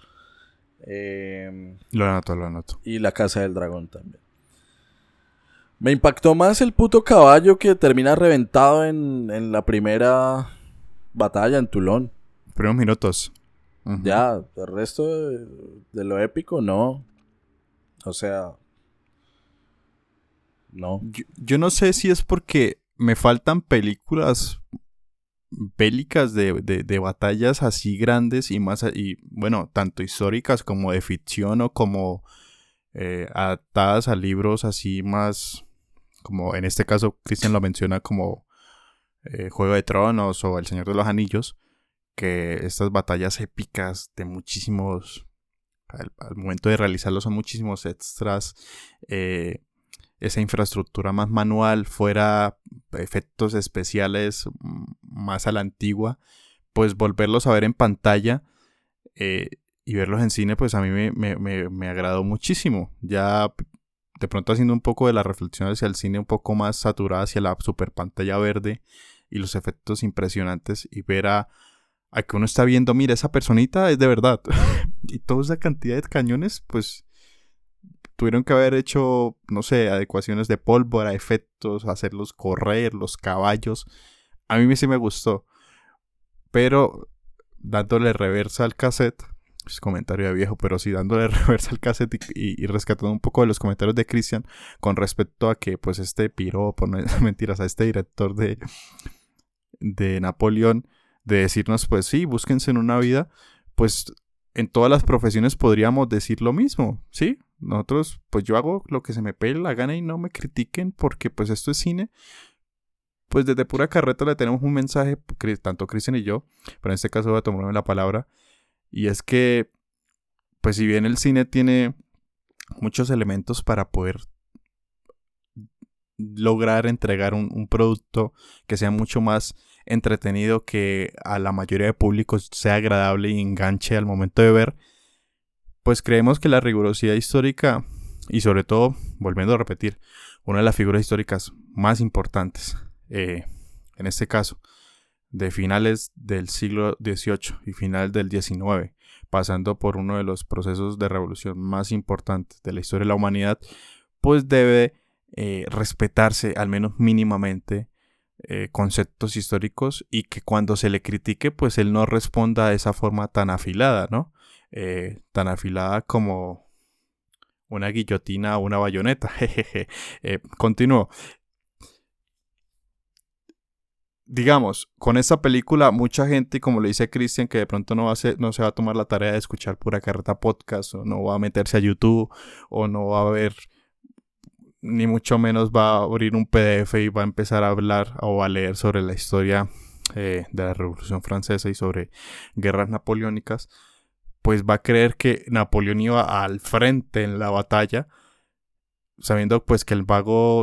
S2: Lo anoto.
S3: Y La Casa del Dragón también. Me impactó más el puto caballo que termina reventado en la primera batalla en Toulon.
S2: Primeros minutos.
S3: Ya, el resto de lo épico, no. O sea... No.
S2: Yo no sé si es porque me faltan películas bélicas de batallas así grandes y más, y bueno, tanto históricas como de ficción o como adaptadas a libros así más, como en este caso Cristian lo menciona como Juego de Tronos o El Señor de los Anillos, que estas batallas épicas de muchísimos, al momento de realizarlo son muchísimos extras, esa infraestructura más manual, fuera efectos especiales más a la antigua, pues volverlos a ver en pantalla y verlos en cine, pues a mí me agradó muchísimo. Ya de pronto haciendo un poco de la reflexión hacia el cine un poco más saturada hacia la super pantalla verde y los efectos impresionantes, y ver a que uno está viendo, mira, esa personita es de verdad. Y toda esa cantidad de cañones, pues tuvieron que haber hecho, no sé, adecuaciones de pólvora, efectos, hacerlos correr, los caballos. A mí sí me gustó. pero dándole reversa al cassette, es comentario de viejo, pero sí dándole reversa al cassette y rescatando un poco de los comentarios de Christian con respecto a que pues este piropo, no es mentiras, a este director de Napoleón, de decirnos pues sí, búsquense en una vida, pues en todas las profesiones podríamos decir lo mismo, ¿sí? Nosotros, pues yo hago lo que se me pegue la gana y no me critiquen porque pues esto es cine. Pues desde pura carreta le tenemos un mensaje, tanto Christian y yo, pero en este caso voy a tomarme la palabra, y es que, pues si bien el cine tiene muchos elementos para poder lograr entregar un producto que sea mucho más entretenido, que a la mayoría de público sea agradable y enganche al momento de ver, pues creemos que la rigurosidad histórica y sobre todo, volviendo a repetir, una de las figuras históricas más importantes, en este caso, de finales del siglo XVIII y final del XIX, pasando por uno de los procesos de revolución más importantes de la historia de la humanidad, pues debe respetarse al menos mínimamente conceptos históricos, y que cuando se le critique pues él no responda de esa forma tan afilada, ¿no? Tan afilada como una guillotina o una bayoneta. Continúo. Digamos, con esta película mucha gente, como le dice Christian, que de pronto no se va a tomar la tarea de escuchar Pura Carreta Podcast, o no va a meterse a YouTube, o no va a ver, ni mucho menos va a abrir un PDF y va a empezar a hablar o a leer sobre la historia de la Revolución Francesa y sobre guerras napoleónicas, pues va a creer que Napoleón iba al frente en la batalla, sabiendo pues que el vago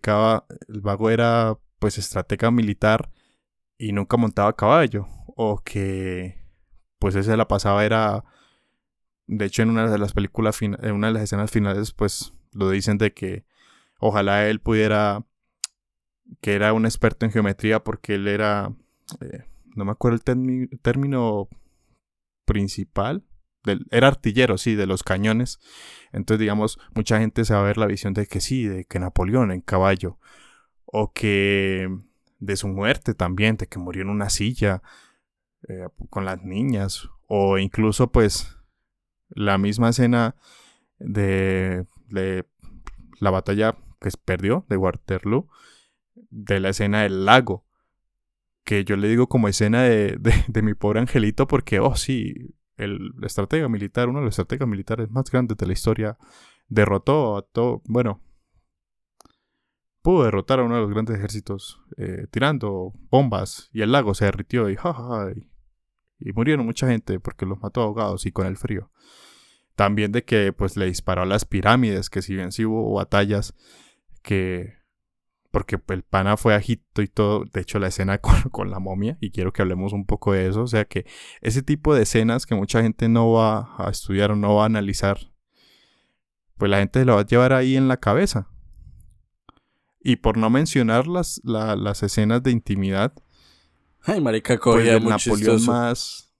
S2: era pues estratega militar y nunca montaba a caballo, o que pues ese la pasaba era, de hecho en una de las películas, en una de las escenas finales pues lo dicen de que ojalá él pudiera, que era un experto en geometría porque él era, no me acuerdo el término principal, era artillero, sí, de los cañones. Entonces digamos, mucha gente se va a ver la visión de que sí, de que Napoleón en caballo, o que de su muerte también, de que murió en una silla con las niñas, o incluso pues la misma escena de la batalla que perdió, de Waterloo, de la escena del lago, que yo le digo como escena de mi pobre angelito, porque oh sí, el estratega militar, uno de los estrategas militares más grandes de la historia, derrotó a todo, bueno, pudo derrotar a uno de los grandes ejércitos tirando bombas, y el lago se derritió y murieron mucha gente porque los mató ahogados y con el frío. También de que pues le disparó a las pirámides, que si bien sí hubo batallas, que porque el pana fue a Egipto y todo, de hecho la escena con la momia, y quiero que hablemos un poco de eso, o sea que ese tipo de escenas que mucha gente no va a estudiar o no va a analizar, pues la gente se lo va a llevar ahí en la cabeza. Y por no mencionar las escenas de intimidad,
S3: Ay, marica,
S2: pues
S3: cogía
S2: el
S3: muy
S2: Napoleón
S3: chistoso.
S2: más...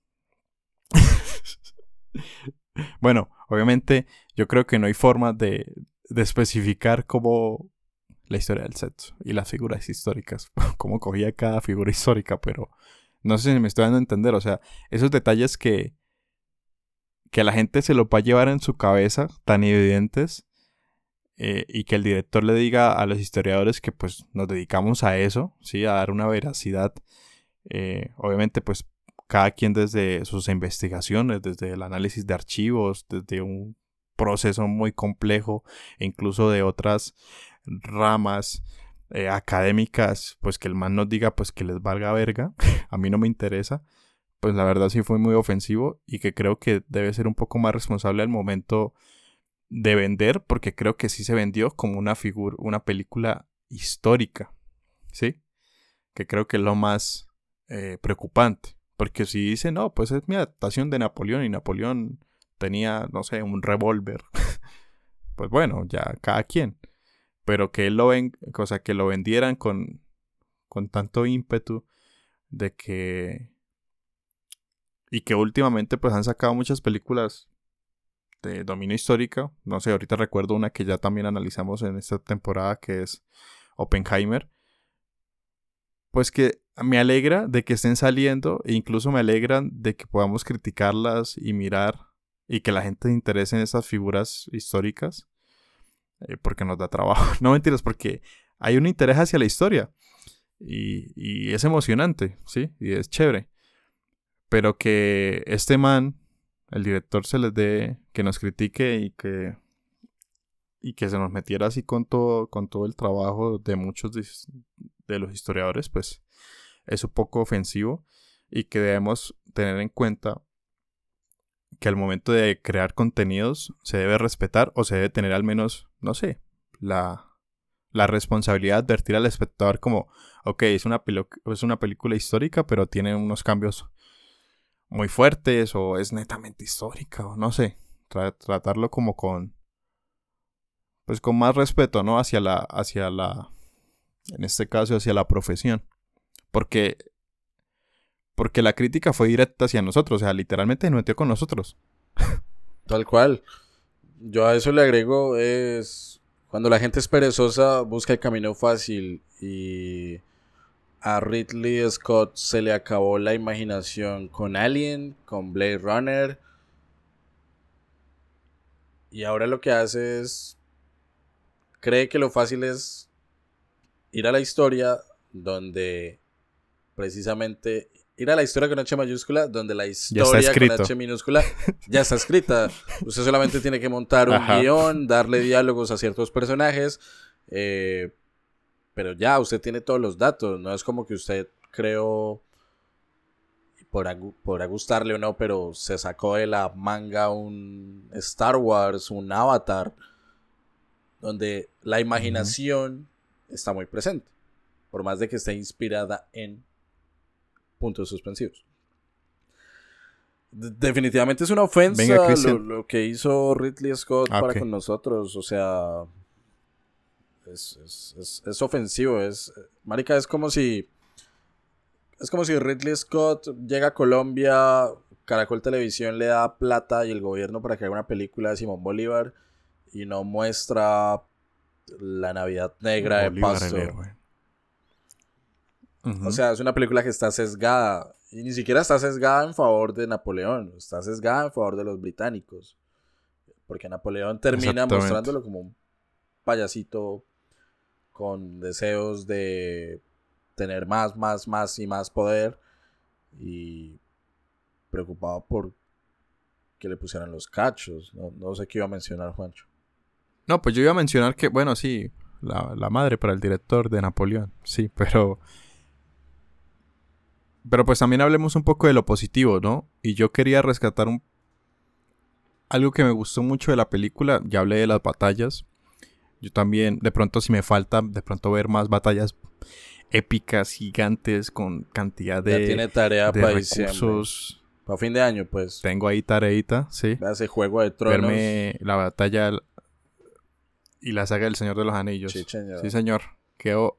S2: Bueno, obviamente yo creo que no hay forma de especificar cómo la historia del sexo y las figuras históricas, cómo cogía cada figura histórica, pero no sé si me estoy dando a entender, o sea, esos detalles que la gente se lo va a llevar en su cabeza, tan evidentes, y que el director le diga a los historiadores que pues nos dedicamos a eso, ¿sí? A dar una veracidad, obviamente pues cada quien desde sus investigaciones, desde el análisis de archivos, desde un proceso muy complejo, e incluso de otras ramas académicas, pues que el man nos diga pues que les valga verga, a mí no me interesa, pues la verdad sí fue muy ofensivo, y que creo que debe ser un poco más responsable al momento de vender, porque creo que sí se vendió como una película histórica, ¿sí? Que creo que es lo más preocupante, porque si dice, no, pues es mi adaptación de Napoleón, y Napoleón tenía, no sé, un revólver, pues bueno, ya cada quien, pero que él que lo vendieran con tanto ímpetu, de que y que últimamente pues han sacado muchas películas de dominio histórico. No sé, ahorita recuerdo una que ya también analizamos en esta temporada, que es Oppenheimer. Pues que me alegra de que estén saliendo e incluso me alegra de que podamos criticarlas y mirar y que la gente se interese en esas figuras históricas porque nos da trabajo. No mentiras, porque hay un interés hacia la historia y es emocionante, ¿sí? Y es chévere. Pero que este man, el director, se les dé, que nos critique y que se nos metiera así con todo el trabajo de muchos de los historiadores, pues es un poco ofensivo y que debemos tener en cuenta que al momento de crear contenidos se debe respetar o se debe tener al menos, no sé, la responsabilidad de advertir al espectador como, ok, es una película histórica, pero tiene unos cambios muy fuertes o es netamente histórica o no sé, tratarlo como con más respeto, ¿no? Hacia la, en este caso, hacia la profesión. Porque la crítica fue directa hacia nosotros, o sea, literalmente se metió con nosotros.
S3: Tal cual. Yo a eso le agrego es cuando la gente es perezosa, busca el camino fácil y a Ridley Scott se le acabó la imaginación con Alien, con Blade Runner y ahora lo que hace es cree que lo fácil es ir a la historia donde precisamente ir a la historia con H mayúscula, donde la historia con H minúscula ya está escrita. Usted solamente tiene que montar un guión, darle diálogos a ciertos personajes, pero ya, usted tiene todos los datos. No es como que usted creó, podrá gustarle o no, pero se sacó de la manga un Star Wars, un Avatar, donde la imaginación está muy presente, por más de que esté inspirada en puntos suspensivos. Definitivamente es una ofensa. Venga, lo que hizo Ridley Scott para con nosotros. O sea, es ofensivo. Marica, es como si Ridley Scott llega a Colombia, Caracol Televisión le da plata y el gobierno para que haga una película de Simón Bolívar y no muestra la Navidad Negra de Pasto. O sea, es una película que está sesgada. Y ni siquiera está sesgada en favor de Napoleón. Está sesgada en favor de los británicos. Porque Napoleón termina mostrándolo como un payasito con deseos de tener más y más poder. Y preocupado por que le pusieran los cachos. No sé qué iba a mencionar, Juancho.
S2: No, pues yo iba a mencionar que, bueno, sí, la madre para el director de Napoleón. Sí, pero pues también hablemos un poco de lo positivo, ¿no? Y yo quería rescatar algo que me gustó mucho de la película. Ya hablé de las batallas. Yo también, de pronto si me falta, de pronto ver más batallas épicas, gigantes, con cantidad de,
S3: ya tiene tarea
S2: de
S3: para
S2: recursos.
S3: Para fin de año, pues.
S2: Tengo ahí tareita, sí.
S3: Hace Juego de Tronos.
S2: Verme la batalla y la saga del Señor de los Anillos.
S3: Sí, señor.
S2: Sí, señor. Quedó...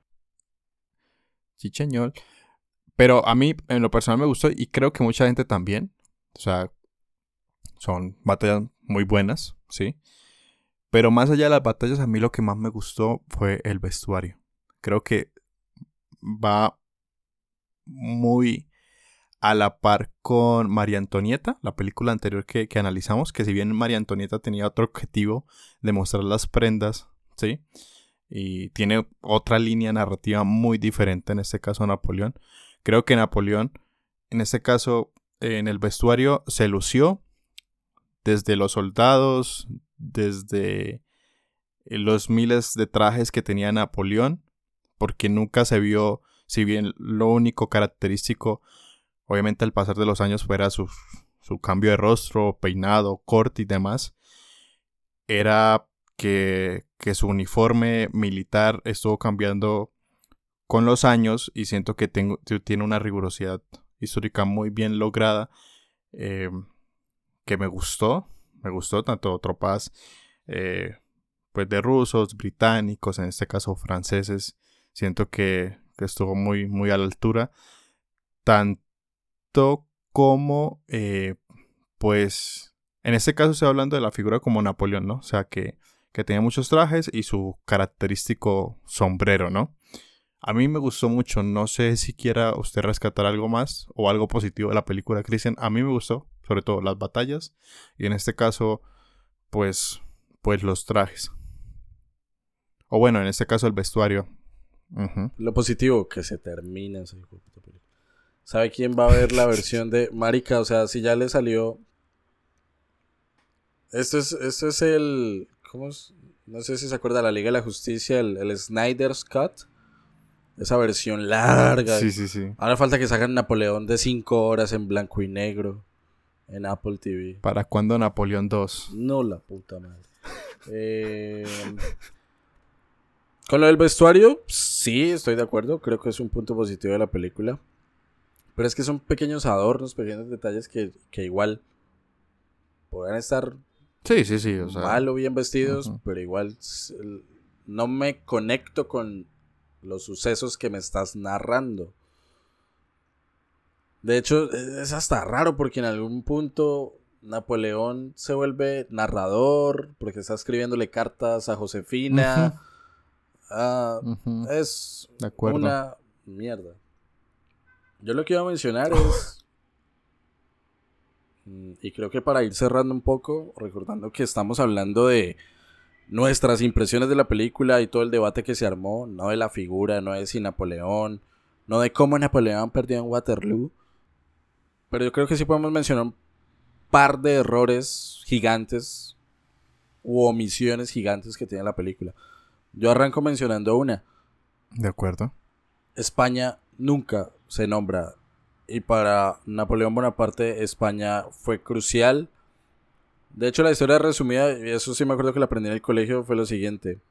S2: Sí, señor. Pero a mí, en lo personal, me gustó y creo que mucha gente también. O sea, son batallas muy buenas, ¿sí? Pero más allá de las batallas, a mí lo que más me gustó fue el vestuario. Creo que va muy a la par con María Antonieta, la película anterior que analizamos, que si bien María Antonieta tenía otro objetivo de mostrar las prendas, ¿sí? Y tiene otra línea narrativa muy diferente, en este caso Napoleón. Creo que Napoleón, en este caso, en el vestuario se lució desde los soldados, desde los miles de trajes que tenía Napoleón, porque nunca se vio, si bien lo único característico, obviamente al pasar de los años fuera su cambio de rostro, peinado, corte y demás, era que su uniforme militar estuvo cambiando con los años y siento que tiene una rigurosidad histórica muy bien lograda, que me gustó tanto tropas pues de rusos, británicos, en este caso franceses, siento que estuvo muy, muy a la altura, tanto como pues en este caso estoy hablando de la figura como Napoleón, ¿no? O sea que tenía muchos trajes y su característico sombrero, ¿no? A mí me gustó mucho. No sé si quiera usted rescatar algo más o algo positivo de la película, Christian. A mí me gustó, sobre todo las batallas. Y en este caso, pues los trajes. O bueno, en este caso el vestuario. Uh-huh.
S3: Lo positivo, que se termina esa hijo de puta película. ¿Sabe quién va a ver la versión de Marica? O sea, si ya le salió... Esto es el... ¿Cómo es? No sé si se acuerda, la Liga de la Justicia, el Snyder's Cut. Esa versión larga.
S2: Sí.
S3: Ahora falta que saquen Napoleón de 5 horas en blanco y negro en Apple TV.
S2: ¿Para cuándo Napoleón 2?
S3: No, la puta madre. Con lo del vestuario, sí, estoy de acuerdo. Creo que es un punto positivo de la película. Pero es que son pequeños adornos, pequeños detalles que igual podrán estar
S2: Sí, o sea,
S3: mal o bien vestidos,
S2: uh-huh.
S3: pero igual no me conecto con los sucesos que me estás narrando. De hecho, es hasta raro porque en algún punto Napoleón se vuelve narrador porque está escribiéndole cartas a Josefina. Uh-huh.
S2: Uh-huh.
S3: Es
S2: de acuerdo.
S3: Una mierda. Yo lo que iba a mencionar es, y creo que para ir cerrando un poco, recordando que estamos hablando de nuestras impresiones de la película y todo el debate que se armó, no de la figura, no de si Napoleón, no de cómo Napoleón perdió en Waterloo, pero yo creo que sí podemos mencionar un par de errores gigantes u omisiones gigantes que tiene la película. Yo arranco mencionando una.
S2: De acuerdo.
S3: España nunca se nombra, y para Napoleón Bonaparte España fue crucial. De hecho, la historia resumida, y eso sí me acuerdo que la aprendí en el colegio, fue lo siguiente.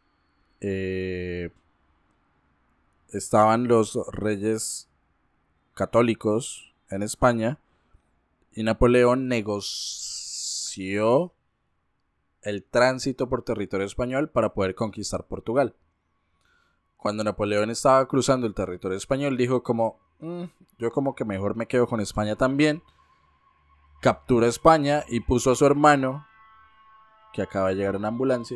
S3: Estaban los reyes católicos en España y Napoleón negoció el tránsito por territorio español para poder conquistar Portugal. Cuando Napoleón estaba cruzando el territorio español, dijo como, yo como que mejor me quedo con España también. Captura España y puso a su hermano, que acaba de llegar en ambulancia,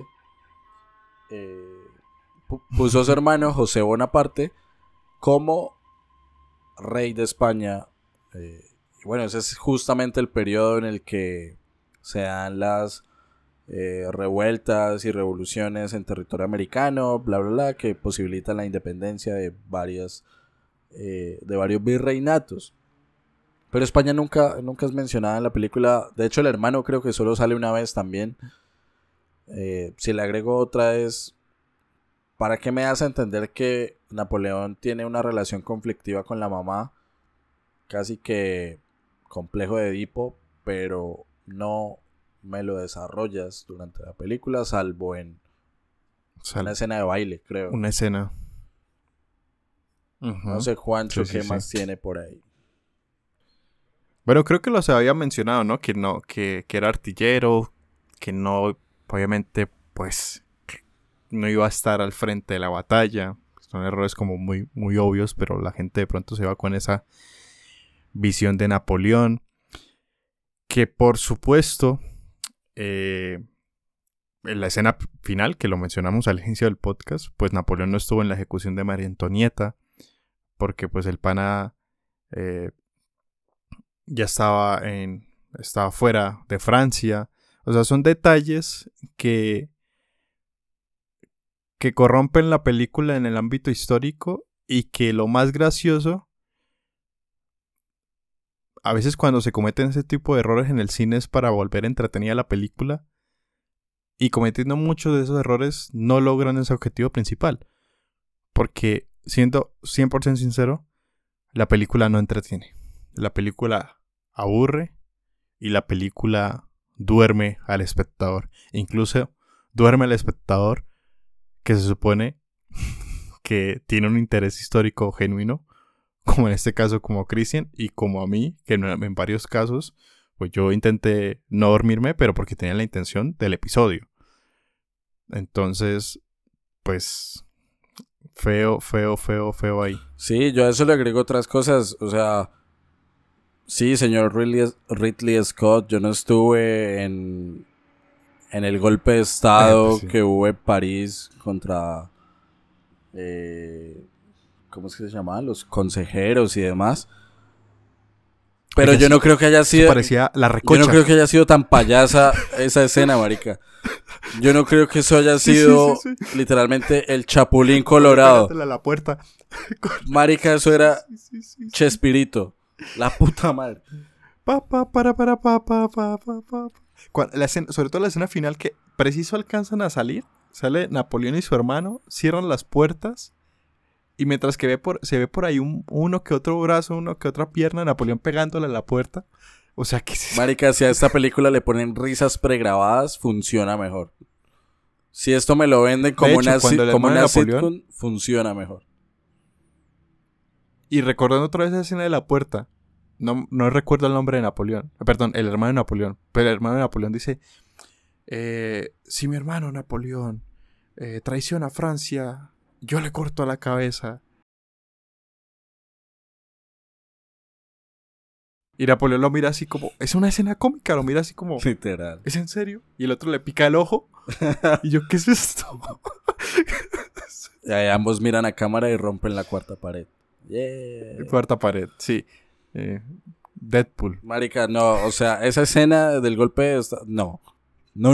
S3: puso a su hermano José Bonaparte como rey de España. Y bueno, ese es justamente el periodo en el que se dan las revueltas y revoluciones en territorio americano, bla bla bla, que posibilitan la independencia de varios virreinatos. Pero España nunca es mencionada en la película. De hecho, el hermano creo que solo sale una vez también. Si le agrego otra es, ¿para qué me das a entender que Napoleón tiene una relación conflictiva con la mamá? Casi que complejo de Edipo, pero no me lo desarrollas durante la película, salvo en una escena de baile, creo.
S2: Una escena.
S3: Uh-huh. No sé, Juancho, qué más tiene por ahí.
S2: Bueno, creo que los había mencionado, ¿no? Que era artillero, que no, obviamente, pues, no iba a estar al frente de la batalla. Son errores como muy, muy obvios, pero la gente de pronto se va con esa visión de Napoleón. Que por supuesto, en la escena final, que lo mencionamos al inicio del podcast, pues Napoleón no estuvo en la ejecución de María Antonieta, porque pues el pana ya estaba fuera de Francia. O sea, son detalles que corrompen la película en el ámbito histórico, y que lo más gracioso, a veces cuando se cometen ese tipo de errores en el cine es para volver entretenida la película, y cometiendo muchos de esos errores no logran ese objetivo principal, porque siendo 100% sincero, la película no entretiene. La película aburre y la película duerme al espectador. Incluso duerme al espectador que se supone que tiene un interés histórico genuino, como en este caso como Christian y como a mí, que en varios casos pues yo intenté no dormirme, pero porque tenía la intención del episodio. Entonces, pues feo ahí.
S3: Sí, yo a eso le agrego otras cosas. O sea, sí, señor Ridley Scott, yo no estuve en el golpe de estado
S2: pues sí,
S3: que hubo en París contra ¿cómo es que se llamaban? Los consejeros y demás. Pero yo no creo que haya sido...
S2: Parecía la recocha.
S3: Yo no creo que haya sido tan payasa esa escena, marica. Yo no creo que eso haya sido literalmente el Chapulín Colorado.
S2: La puerta.
S3: Marica, eso era Chespirito. La puta madre.
S2: La escena, sobre todo la escena final que preciso alcanzan a salir. Sale Napoleón y su hermano, cierran las puertas. Y mientras que se ve por ahí uno que otro brazo, uno que otra pierna, Napoleón pegándole a la puerta. O sea que...
S3: Marica, si a esta película le ponen risas pregrabadas, funciona mejor. Si esto me lo venden como una sitcom, funciona mejor.
S2: Y recordando otra vez esa escena de la puerta, no recuerdo el nombre de Napoleón. Perdón, el hermano de Napoleón. Pero el hermano de Napoleón dice... si mi hermano Napoleón traiciona a Francia... yo le corto la cabeza. Y Napoleón lo mira así como... es una escena cómica, lo mira así como...
S3: literal.
S2: ¿Es en serio? Y el otro le pica el ojo. Y yo, ¿qué es esto?
S3: Y ahí ambos miran a cámara y rompen la cuarta pared. Yeah.
S2: Cuarta pared, sí. Deadpool.
S3: Marica, no, o sea, esa escena del golpe... No. No.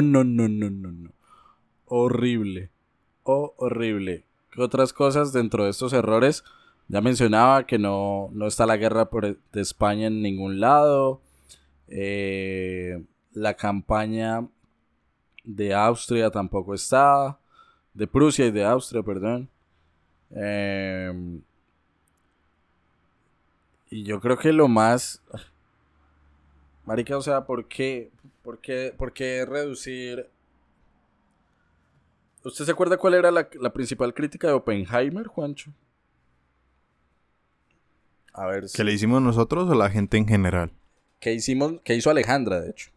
S3: Horrible. Horrible. ¿Qué otras cosas dentro de estos errores? Ya mencionaba que no está la guerra de España en ningún lado. La campaña de Austria tampoco está. De Prusia y de Austria, perdón. Y yo creo que lo más... Marica, o sea, ¿por qué reducir... ¿Usted se acuerda cuál era la principal crítica de Oppenheimer, Juancho? A ver si...
S2: ¿Que le hicimos nosotros o la gente en general?
S3: ¿Qué hizo Alejandra, de hecho?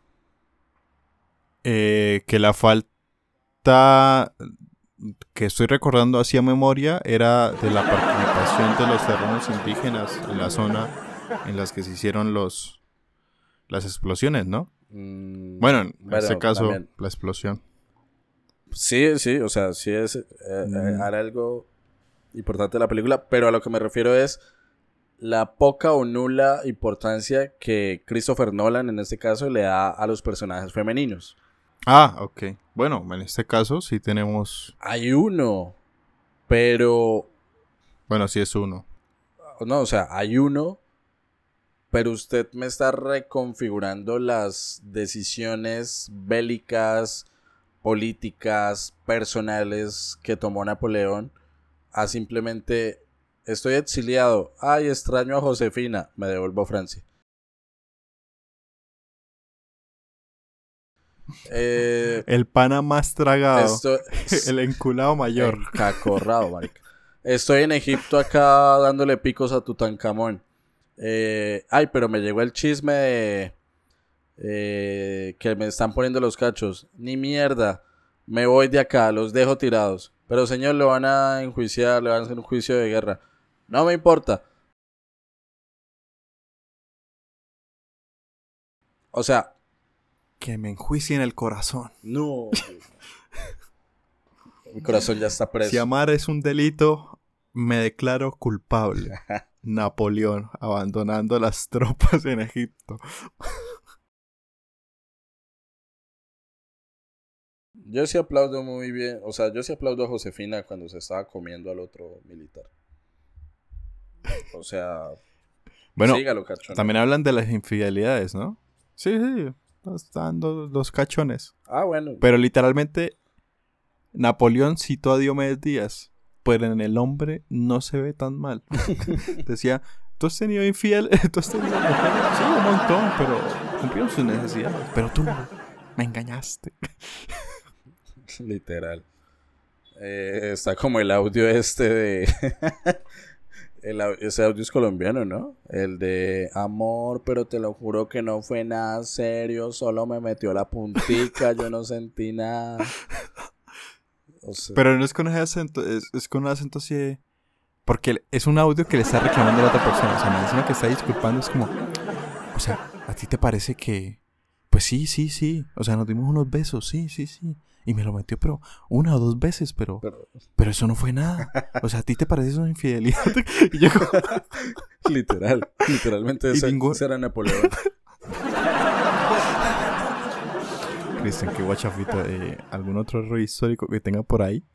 S2: Que la falta que estoy recordando así a memoria era de la participación de los terrenos indígenas en la zona en las que se hicieron las explosiones, ¿no? Bueno, en este caso, también. La explosión.
S3: Sí, o sea, sí es era algo importante de la película, pero a lo que me refiero es la poca o nula importancia que Christopher Nolan en este caso le da a los personajes femeninos.
S2: Ah, ok. Bueno, en este caso sí tenemos...
S3: Hay uno, pero...
S2: Bueno, sí es uno.
S3: No, o sea, hay uno, pero usted me está reconfigurando las decisiones bélicas, políticas, personales que tomó Napoleón a simplemente estoy exiliado, ay, extraño a Josefina, me devuelvo a Francia.
S2: El pana más tragado, el enculado mayor,
S3: el cacorrado, marica. Estoy en Egipto acá dándole picos a Tutankamón. Ay, pero me llegó el chisme de que me están poniendo los cachos. Ni mierda, me voy de acá, los dejo tirados. Pero señor, lo van a enjuiciar, le van a hacer un juicio de guerra. No me importa. O sea,
S2: que me enjuicien el corazón.
S3: No. Mi corazón ya está preso.
S2: Si amar es un delito, me declaro culpable. Napoleón abandonando las tropas en Egipto.
S3: Yo sí aplaudo muy bien, o sea, yo sí aplaudo a Josefina cuando se estaba comiendo al otro militar. O sea,
S2: bueno,
S3: sígalo, cachón.
S2: También hablan de las infidelidades, ¿no? Sí, están los cachones.
S3: Ah, bueno.
S2: Pero literalmente Napoleón citó a Diomedes Díaz, pero en el hombre no se ve tan mal. Decía, ¿tú has tenido infiel? ¿Tú has tenido mujeres? Sí, un montón, pero cumplieron sus necesidades. Pero tú me engañaste.
S3: Literal. Está como el audio este de... ese audio es colombiano, ¿no? El de amor, pero te lo juro que no fue nada serio, solo me metió la puntica, yo no sentí nada. O sea,
S2: pero no es con ese acento, es con un acento así de... Porque es un audio que le está reclamando a la otra persona. O sea, me encima que está disculpando, es como... O sea, ¿a ti te parece que Pues sí. O sea, nos dimos unos besos, sí. Y me lo metió, pero 1 o 2 veces, pero eso no fue nada. O sea, ¿a ti te parece una infidelidad? Y yo como...
S3: Literalmente ese era Napoleón.
S2: Cristian, qué guachafita. ¿Algún otro error histórico que tenga por ahí?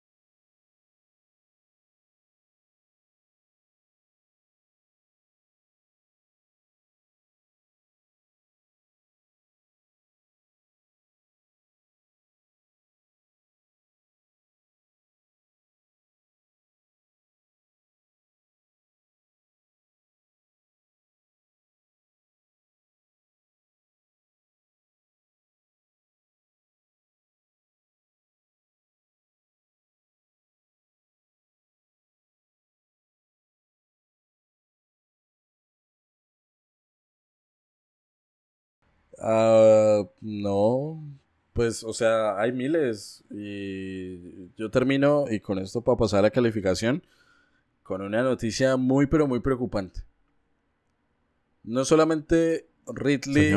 S3: No, pues, o sea, hay miles y yo termino, y con esto para pasar a la calificación, con una noticia muy, pero muy preocupante. No solamente Ridley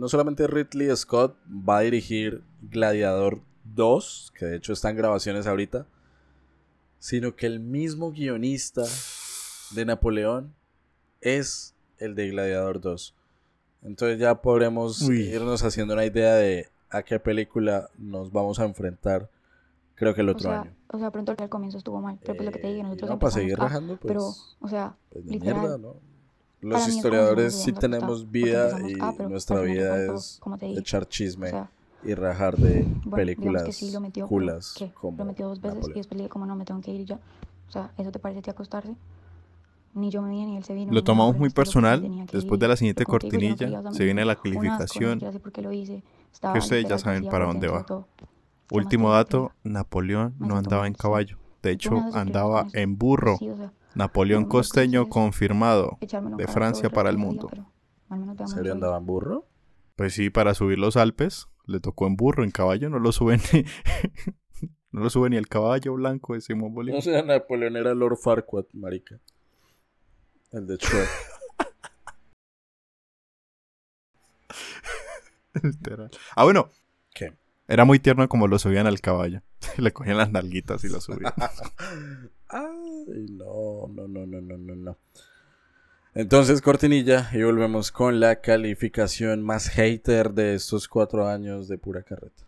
S3: Scott va a dirigir Gladiador 2, que de hecho está en grabaciones ahorita, sino que el mismo guionista de Napoleón es el de Gladiador 2. Entonces ya podremos irnos haciendo una idea de a qué película nos vamos a enfrentar, creo que el otro año.
S9: O sea, pronto al comienzo estuvo mal, pero pues lo que te digo, nosotros
S3: no, para seguir rajando, pues,
S9: pero, o sea,
S3: pues
S9: literal,
S3: mierda, ¿no? Los historiadores sí tenemos vida y nuestra vida es echar chisme y rajar de películas
S9: que sí lo metió,
S3: culas.
S9: Lo metió 2 veces y después le dije como no, me tengo que ir ya. O sea, ¿eso te parece a ti acostarse? Ni yo me vine ni él se vino.
S2: Lo tomamos muy personal. Después de la siguiente cortinilla se viene la calificación. Que ustedes ya saben para dónde va. Último dato, Napoleón no andaba en caballo. De hecho, andaba en burro. Napoleón costeño confirmado. De Francia para el mundo.
S3: ¿En serio andaba en burro?
S2: Pues sí, para subir los Alpes le tocó en burro. En caballo no lo sube ni... no lo sube ni el caballo blanco de Simón Bolívar.
S3: O sea, Napoleón era Lord Farquaad, marica. El de Shrek.
S2: Bueno.
S3: ¿Qué?
S2: Era muy tierno como lo subían al caballo. Le cogían las nalguitas y lo subían.
S3: Ay, no. Entonces, cortinilla, y volvemos con la calificación más hater de estos 4 años de pura carreta.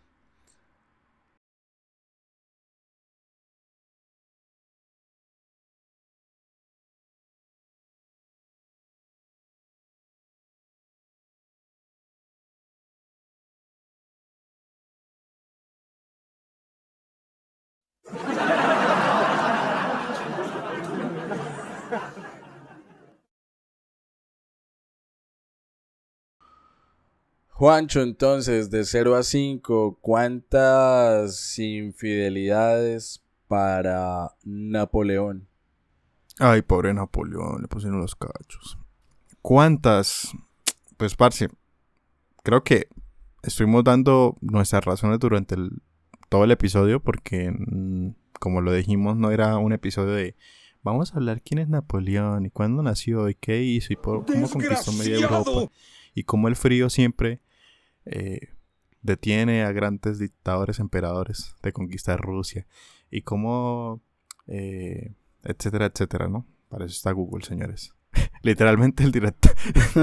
S3: Juancho, entonces, de 0 a 5, ¿cuántas infidelidades para Napoleón?
S2: Ay, pobre Napoleón, le pusieron los cachos. ¿Cuántas? Pues, parce, creo que estuvimos dando nuestras razones durante todo el episodio porque, como lo dijimos, no era un episodio de vamos a hablar quién es Napoleón y cuándo nació y qué hizo y cómo conquistó media Europa y cómo el frío siempre detiene a grandes dictadores, emperadores de conquistar Rusia y cómo, etcétera, etcétera, ¿no? Para eso está Google, señores. Literalmente el director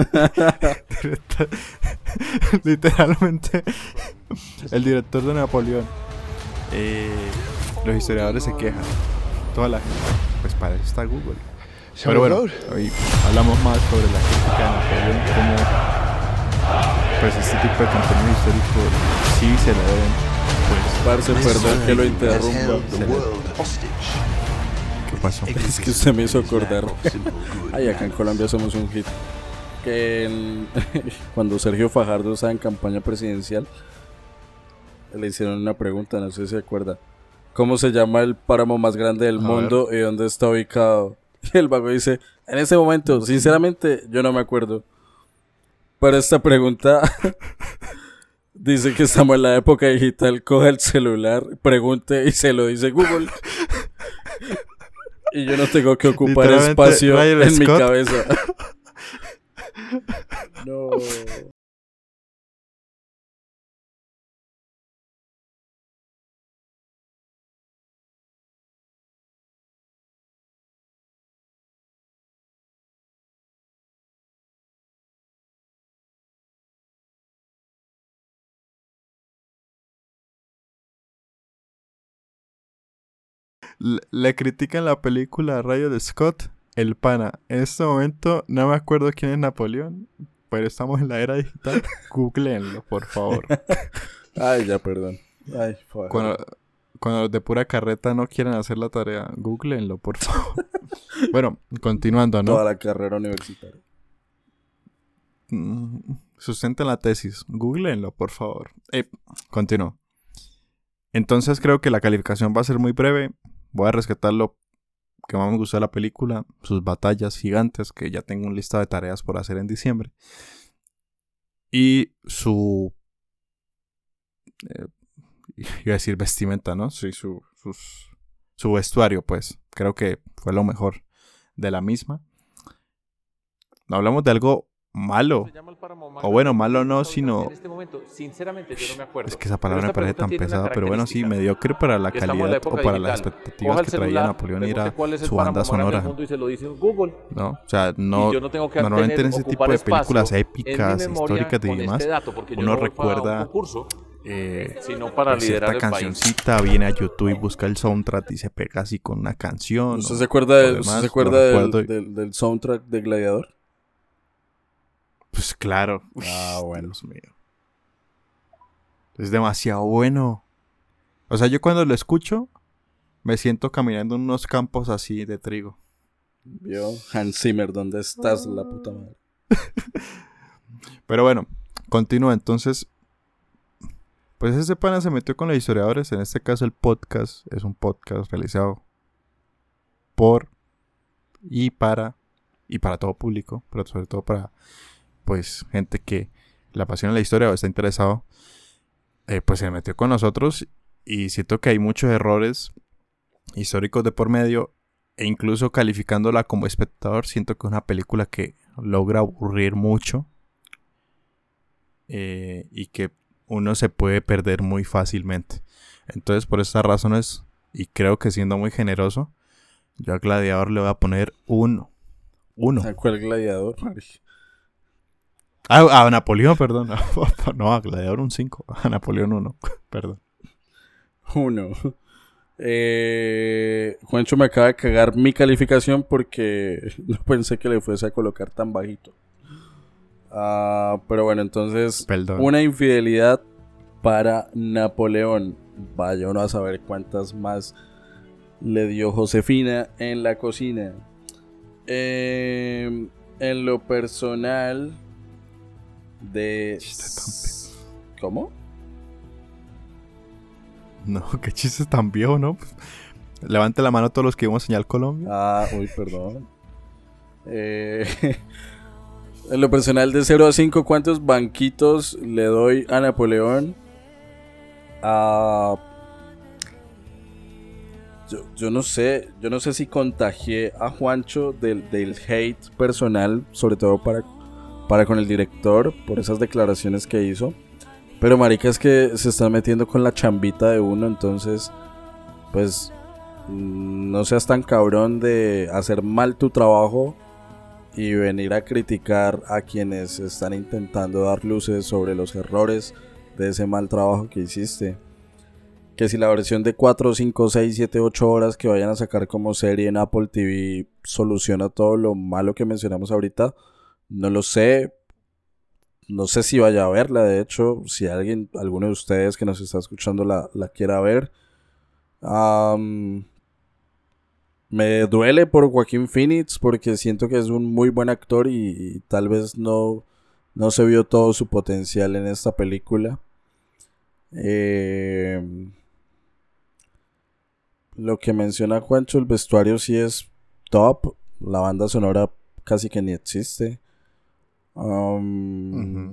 S2: literalmente el director de Napoleón. Los historiadores se quejan, toda la gente, pues para eso está Google. Pero bueno, hoy hablamos más sobre la crítica de Napoleón, cómo pues este tipo de contenido histórico sí se le deben, pues,
S3: parce, perdón que lo interrumpa.
S2: ¿Qué pasó?
S3: Es que usted me hizo acordar. Ay, acá en Colombia somos un hit. Que cuando Sergio Fajardo estaba en campaña presidencial, le hicieron una pregunta, no sé si se acuerda. ¿Cómo se llama el páramo más grande del mundo y dónde está ubicado? Y el vago dice, en ese momento, sinceramente, yo no me acuerdo. Pero esta pregunta dice que estamos en la época digital, coge el celular, pregunte y se lo dice Google. Y yo no tengo que ocupar espacio en mi cabeza. No.
S2: Le critican la película a Rayo de Scott, el pana. En este momento no me acuerdo quién es Napoleón, pero estamos en la era digital. Googleenlo, por favor.
S3: Ay, ya, perdón. Ay,
S2: Cuando los de pura carreta no quieren hacer la tarea, googleenlo, por favor. Bueno, continuando, ¿no?
S3: Toda la carrera universitaria.
S2: Sustenten la tesis. Googleenlo, por favor. Continúo. Entonces creo que la calificación va a ser muy breve. Voy a rescatar lo que más me gustó de la película. Sus batallas gigantes, que ya tengo un listado de tareas por hacer en diciembre. Y su... iba a decir vestimenta, ¿no? Sí, su vestuario, pues. Creo que fue lo mejor de la misma. No hablamos de algo malo. O bueno, malo no, sino...
S10: En este momento, sinceramente, yo no me acuerdo.
S2: Es que esa palabra me parece tan pesada, pero bueno, sí, mediocre para la calidad o para las expectativas que traía Napoleón y era su banda sonora. ¿No? O sea, no, normalmente en ese tipo de películas épicas, históricas y demás, uno recuerda
S10: sino para liderar
S2: cierta
S10: el
S2: cancioncita,
S10: país.
S2: viene a YouTube y busca el soundtrack y se pega así con una canción.
S3: ¿Usted se acuerda, del soundtrack de Gladiador?
S2: Pues claro.
S3: Bueno.
S2: Dios mío. Es demasiado bueno. O sea, yo cuando lo escucho, me siento caminando en unos campos así de trigo.
S3: ¿Vio? Hans Zimmer, ¿dónde estás, la puta madre?
S2: Pero bueno, continúa. Entonces, pues ese pana se metió con los historiadores. En este caso, el podcast es un podcast realizado por y para todo público, pero sobre todo para pues gente que le apasiona la historia o está interesado, pues se metió con nosotros y siento que hay muchos errores históricos de por medio e incluso calificándola como espectador siento que es una película que logra aburrir mucho y que uno se puede perder muy fácilmente. Entonces por estas razones y creo que siendo muy generoso, yo a Gladiador le voy a poner 1.
S3: ¿A cuál Gladiador?
S2: A Napoleón, perdón. No, a Gladiador un 5. A Napoleón 1. Perdón.
S3: 1. Juancho me acaba de cagar mi calificación porque no pensé que le fuese a colocar tan bajito. Pero bueno, entonces
S2: Perdón.
S3: Una infidelidad para Napoleón. Vaya uno a saber cuántas más le dio Josefina en la cocina. En lo personal ¿Cómo?
S2: No, qué chiste tan viejo, ¿no? Levante la mano todos los que vimos Señal Colombia.
S3: Perdón. En lo personal de 0 a 5, ¿cuántos banquitos le doy a Napoleón? Yo no sé si contagié a Juancho del hate personal, sobre todo para con el director, por esas declaraciones que hizo. Pero marica, es que se están metiendo con la chambita de uno, entonces pues no seas tan cabrón de hacer mal tu trabajo y venir a criticar a quienes están intentando dar luces sobre los errores de ese mal trabajo que hiciste. Que si la versión de 4, 5, 6, 7, 8 horas que vayan a sacar como serie en Apple TV soluciona todo lo malo que mencionamos ahorita, no lo sé. No sé si vaya a verla, de hecho, si alguno de ustedes que nos está escuchando la quiera ver. Me duele por Joaquín Phoenix porque siento que es un muy buen actor y tal vez no se vio todo su potencial en esta película. Lo que menciona Juancho, el vestuario sí es top. La banda sonora casi que ni existe. No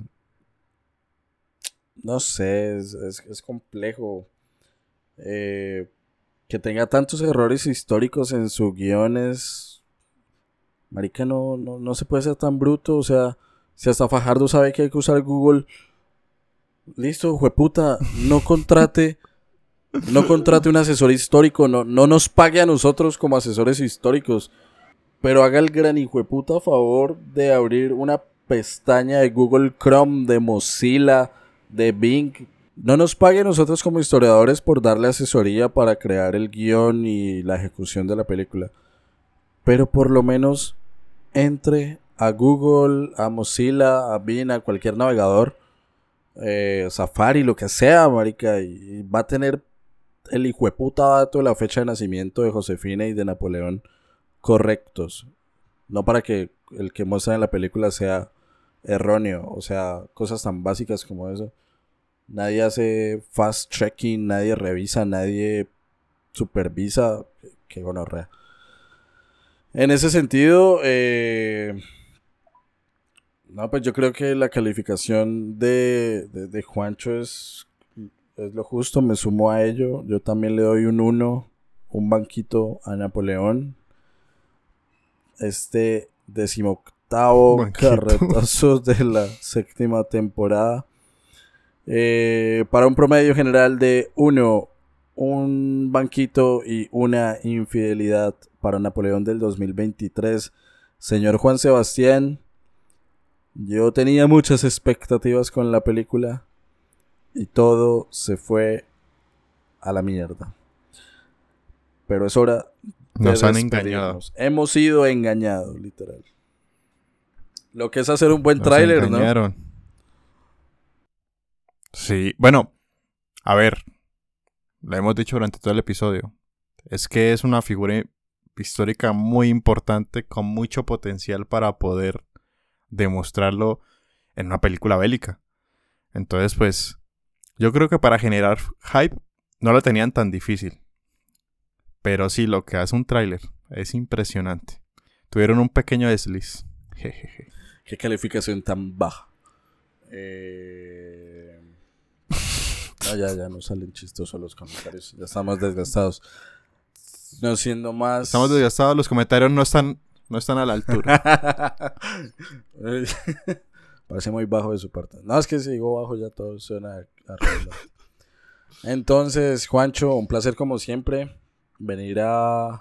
S3: sé, es complejo. Que tenga tantos errores históricos en sus guiones. Marica, no se puede ser tan bruto. O sea, si hasta Fajardo sabe que hay que usar Google, listo, jueputa, no contrate un asesor histórico, no nos pague a nosotros como asesores históricos, pero haga el gran hijueputa favor de abrir una pestaña de Google Chrome, de Mozilla, de Bing, No nos paguen nosotros como historiadores por darle asesoría para crear el guión y la ejecución de la película. Pero por lo menos entre a Google, a Mozilla, a Bing, a cualquier navegador, Safari, lo que sea, marica, y va a tener el hijueputa dato de la fecha de nacimiento de Josefina y de Napoleón correctos. No para que el que muestra en la película sea erróneo, o sea, cosas tan básicas como eso. Nadie hace fast checking, nadie revisa, nadie supervisa. Qué gonorrea. En ese sentido, no, pues yo creo que la calificación de Juancho es lo justo, me sumo a ello. Yo también le doy un 1, un banquito a Napoleón. Este 18º carretazo de la 7ª temporada. Para un promedio general de 1, un banquito y una infidelidad para Napoleón del 2023. Señor Juan Sebastián, yo tenía muchas expectativas con la película y todo se fue a la mierda. Pero es hora de
S2: nos han
S3: despedirnos.
S2: engañado.
S3: Hemos sido engañados, literal. Lo que es hacer un buen tráiler, ¿no?
S2: Sí, bueno, a ver, lo hemos dicho durante todo el episodio. Es que es una figura histórica muy importante, con mucho potencial para poder demostrarlo en una película bélica. Entonces, pues, yo creo que para generar hype no lo tenían tan difícil. Pero sí, lo que hace un tráiler es impresionante. Tuvieron un pequeño desliz. Jejeje.
S3: Qué calificación tan baja. No, ya no salen chistosos los comentarios. Ya estamos desgastados. No siendo más.
S2: Estamos desgastados, los comentarios no están a la altura.
S3: Parece muy bajo de su parte. No, es que si digo bajo ya todo suena a redundante. Entonces, Juancho, un placer como siempre. Venir a.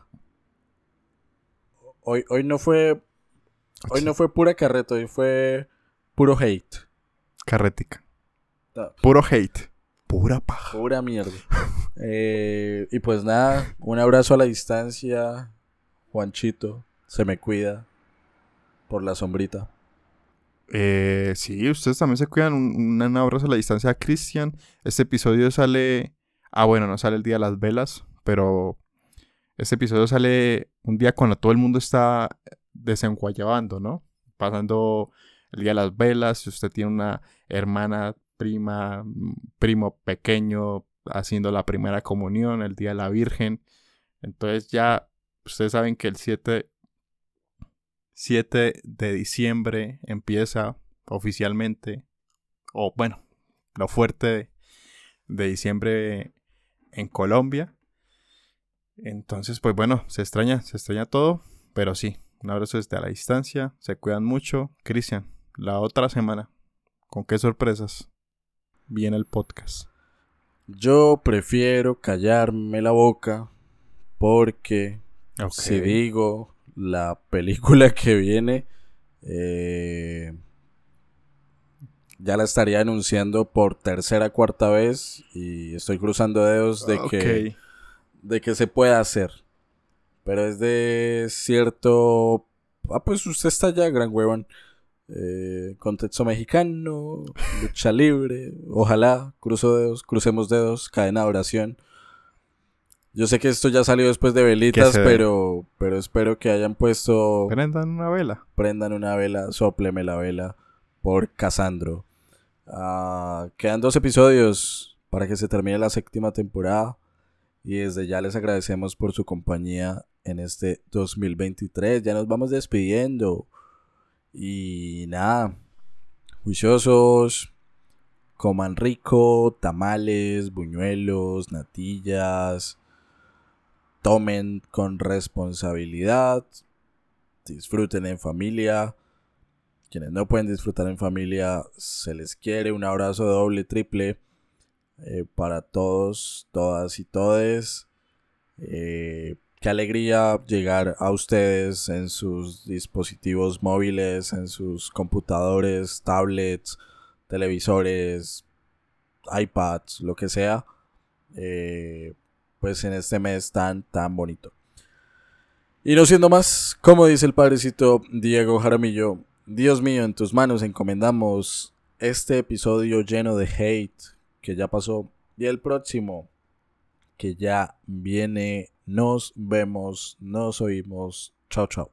S3: Hoy no fue pura carreta, hoy fue puro hate.
S2: Carretica.
S3: No.
S2: Puro hate. Pura paja.
S3: Pura mierda. Y pues nada, un abrazo a la distancia. Juanchito, se me cuida por la sombrita.
S2: Sí, ustedes también se cuidan. Un abrazo a la distancia a Cristian. Este episodio sale... bueno, no sale el día de las velas, pero este episodio sale un día cuando todo el mundo está desenguayabando, ¿no? Pasando el día de las velas. Si usted tiene una hermana, prima, primo pequeño haciendo la primera comunión, el día de la Virgen. Entonces ya ustedes saben que el 7 de diciembre empieza oficialmente, o bueno, lo fuerte de diciembre en Colombia. Entonces, pues bueno, se extraña todo, pero sí, un abrazo desde a la distancia, se cuidan mucho. Cristian, la otra semana, ¿con qué sorpresas viene el podcast?
S3: Yo prefiero callarme la boca porque si digo la película que viene, ya la estaría anunciando por 3ª, 4ª vez y estoy cruzando dedos de que se pueda hacer. Pero es de cierto... pues usted está allá, gran huevón. Contexto mexicano, lucha libre, ojalá, crucemos dedos, cadena de oración. Yo sé que esto ya salió después de velitas, pero espero que hayan puesto...
S2: Prendan una vela,
S3: sópleme la vela por Casandro. Quedan 2 episodios para que se termine la 7ª temporada y desde ya les agradecemos por su compañía en este 2023. Ya nos vamos despidiendo. Y nada, juiciosos, coman rico, tamales, buñuelos, natillas, tomen con responsabilidad, disfruten en familia. Quienes no pueden disfrutar en familia, se les quiere. Un abrazo doble, triple para todos, todas y todes. Qué alegría llegar a ustedes en sus dispositivos móviles, en sus computadores, tablets, televisores, iPads, lo que sea, pues en este mes tan bonito. Y no siendo más, como dice el padrecito Diego Jaramillo, Dios mío, en tus manos encomendamos este episodio lleno de hate que ya pasó y el próximo que ya viene. Nos vemos, nos oímos. Chao, chao.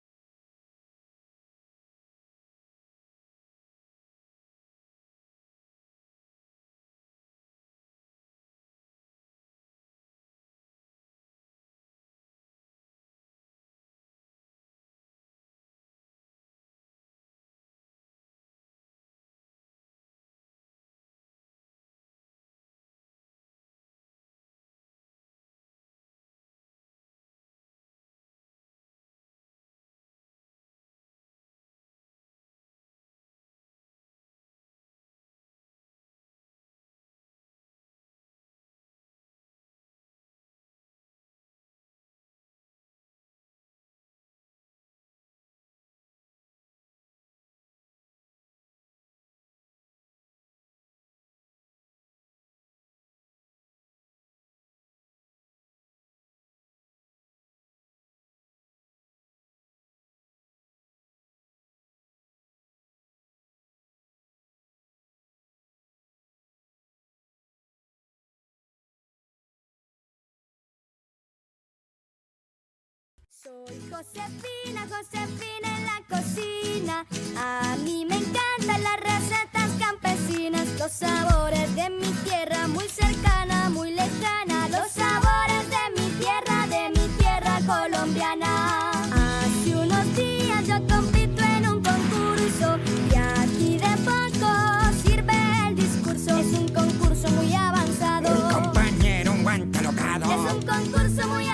S11: Soy Josefina, Josefina en la cocina. A mí me encantan las recetas campesinas, los sabores de mi tierra muy cercana, muy lejana, los sabores de mi tierra colombiana. Hace unos días yo compito en un concurso y aquí de poco sirve el discurso. Es un concurso muy avanzado.
S12: Un compañero, un guante locado.
S11: Es un concurso muy avanzado.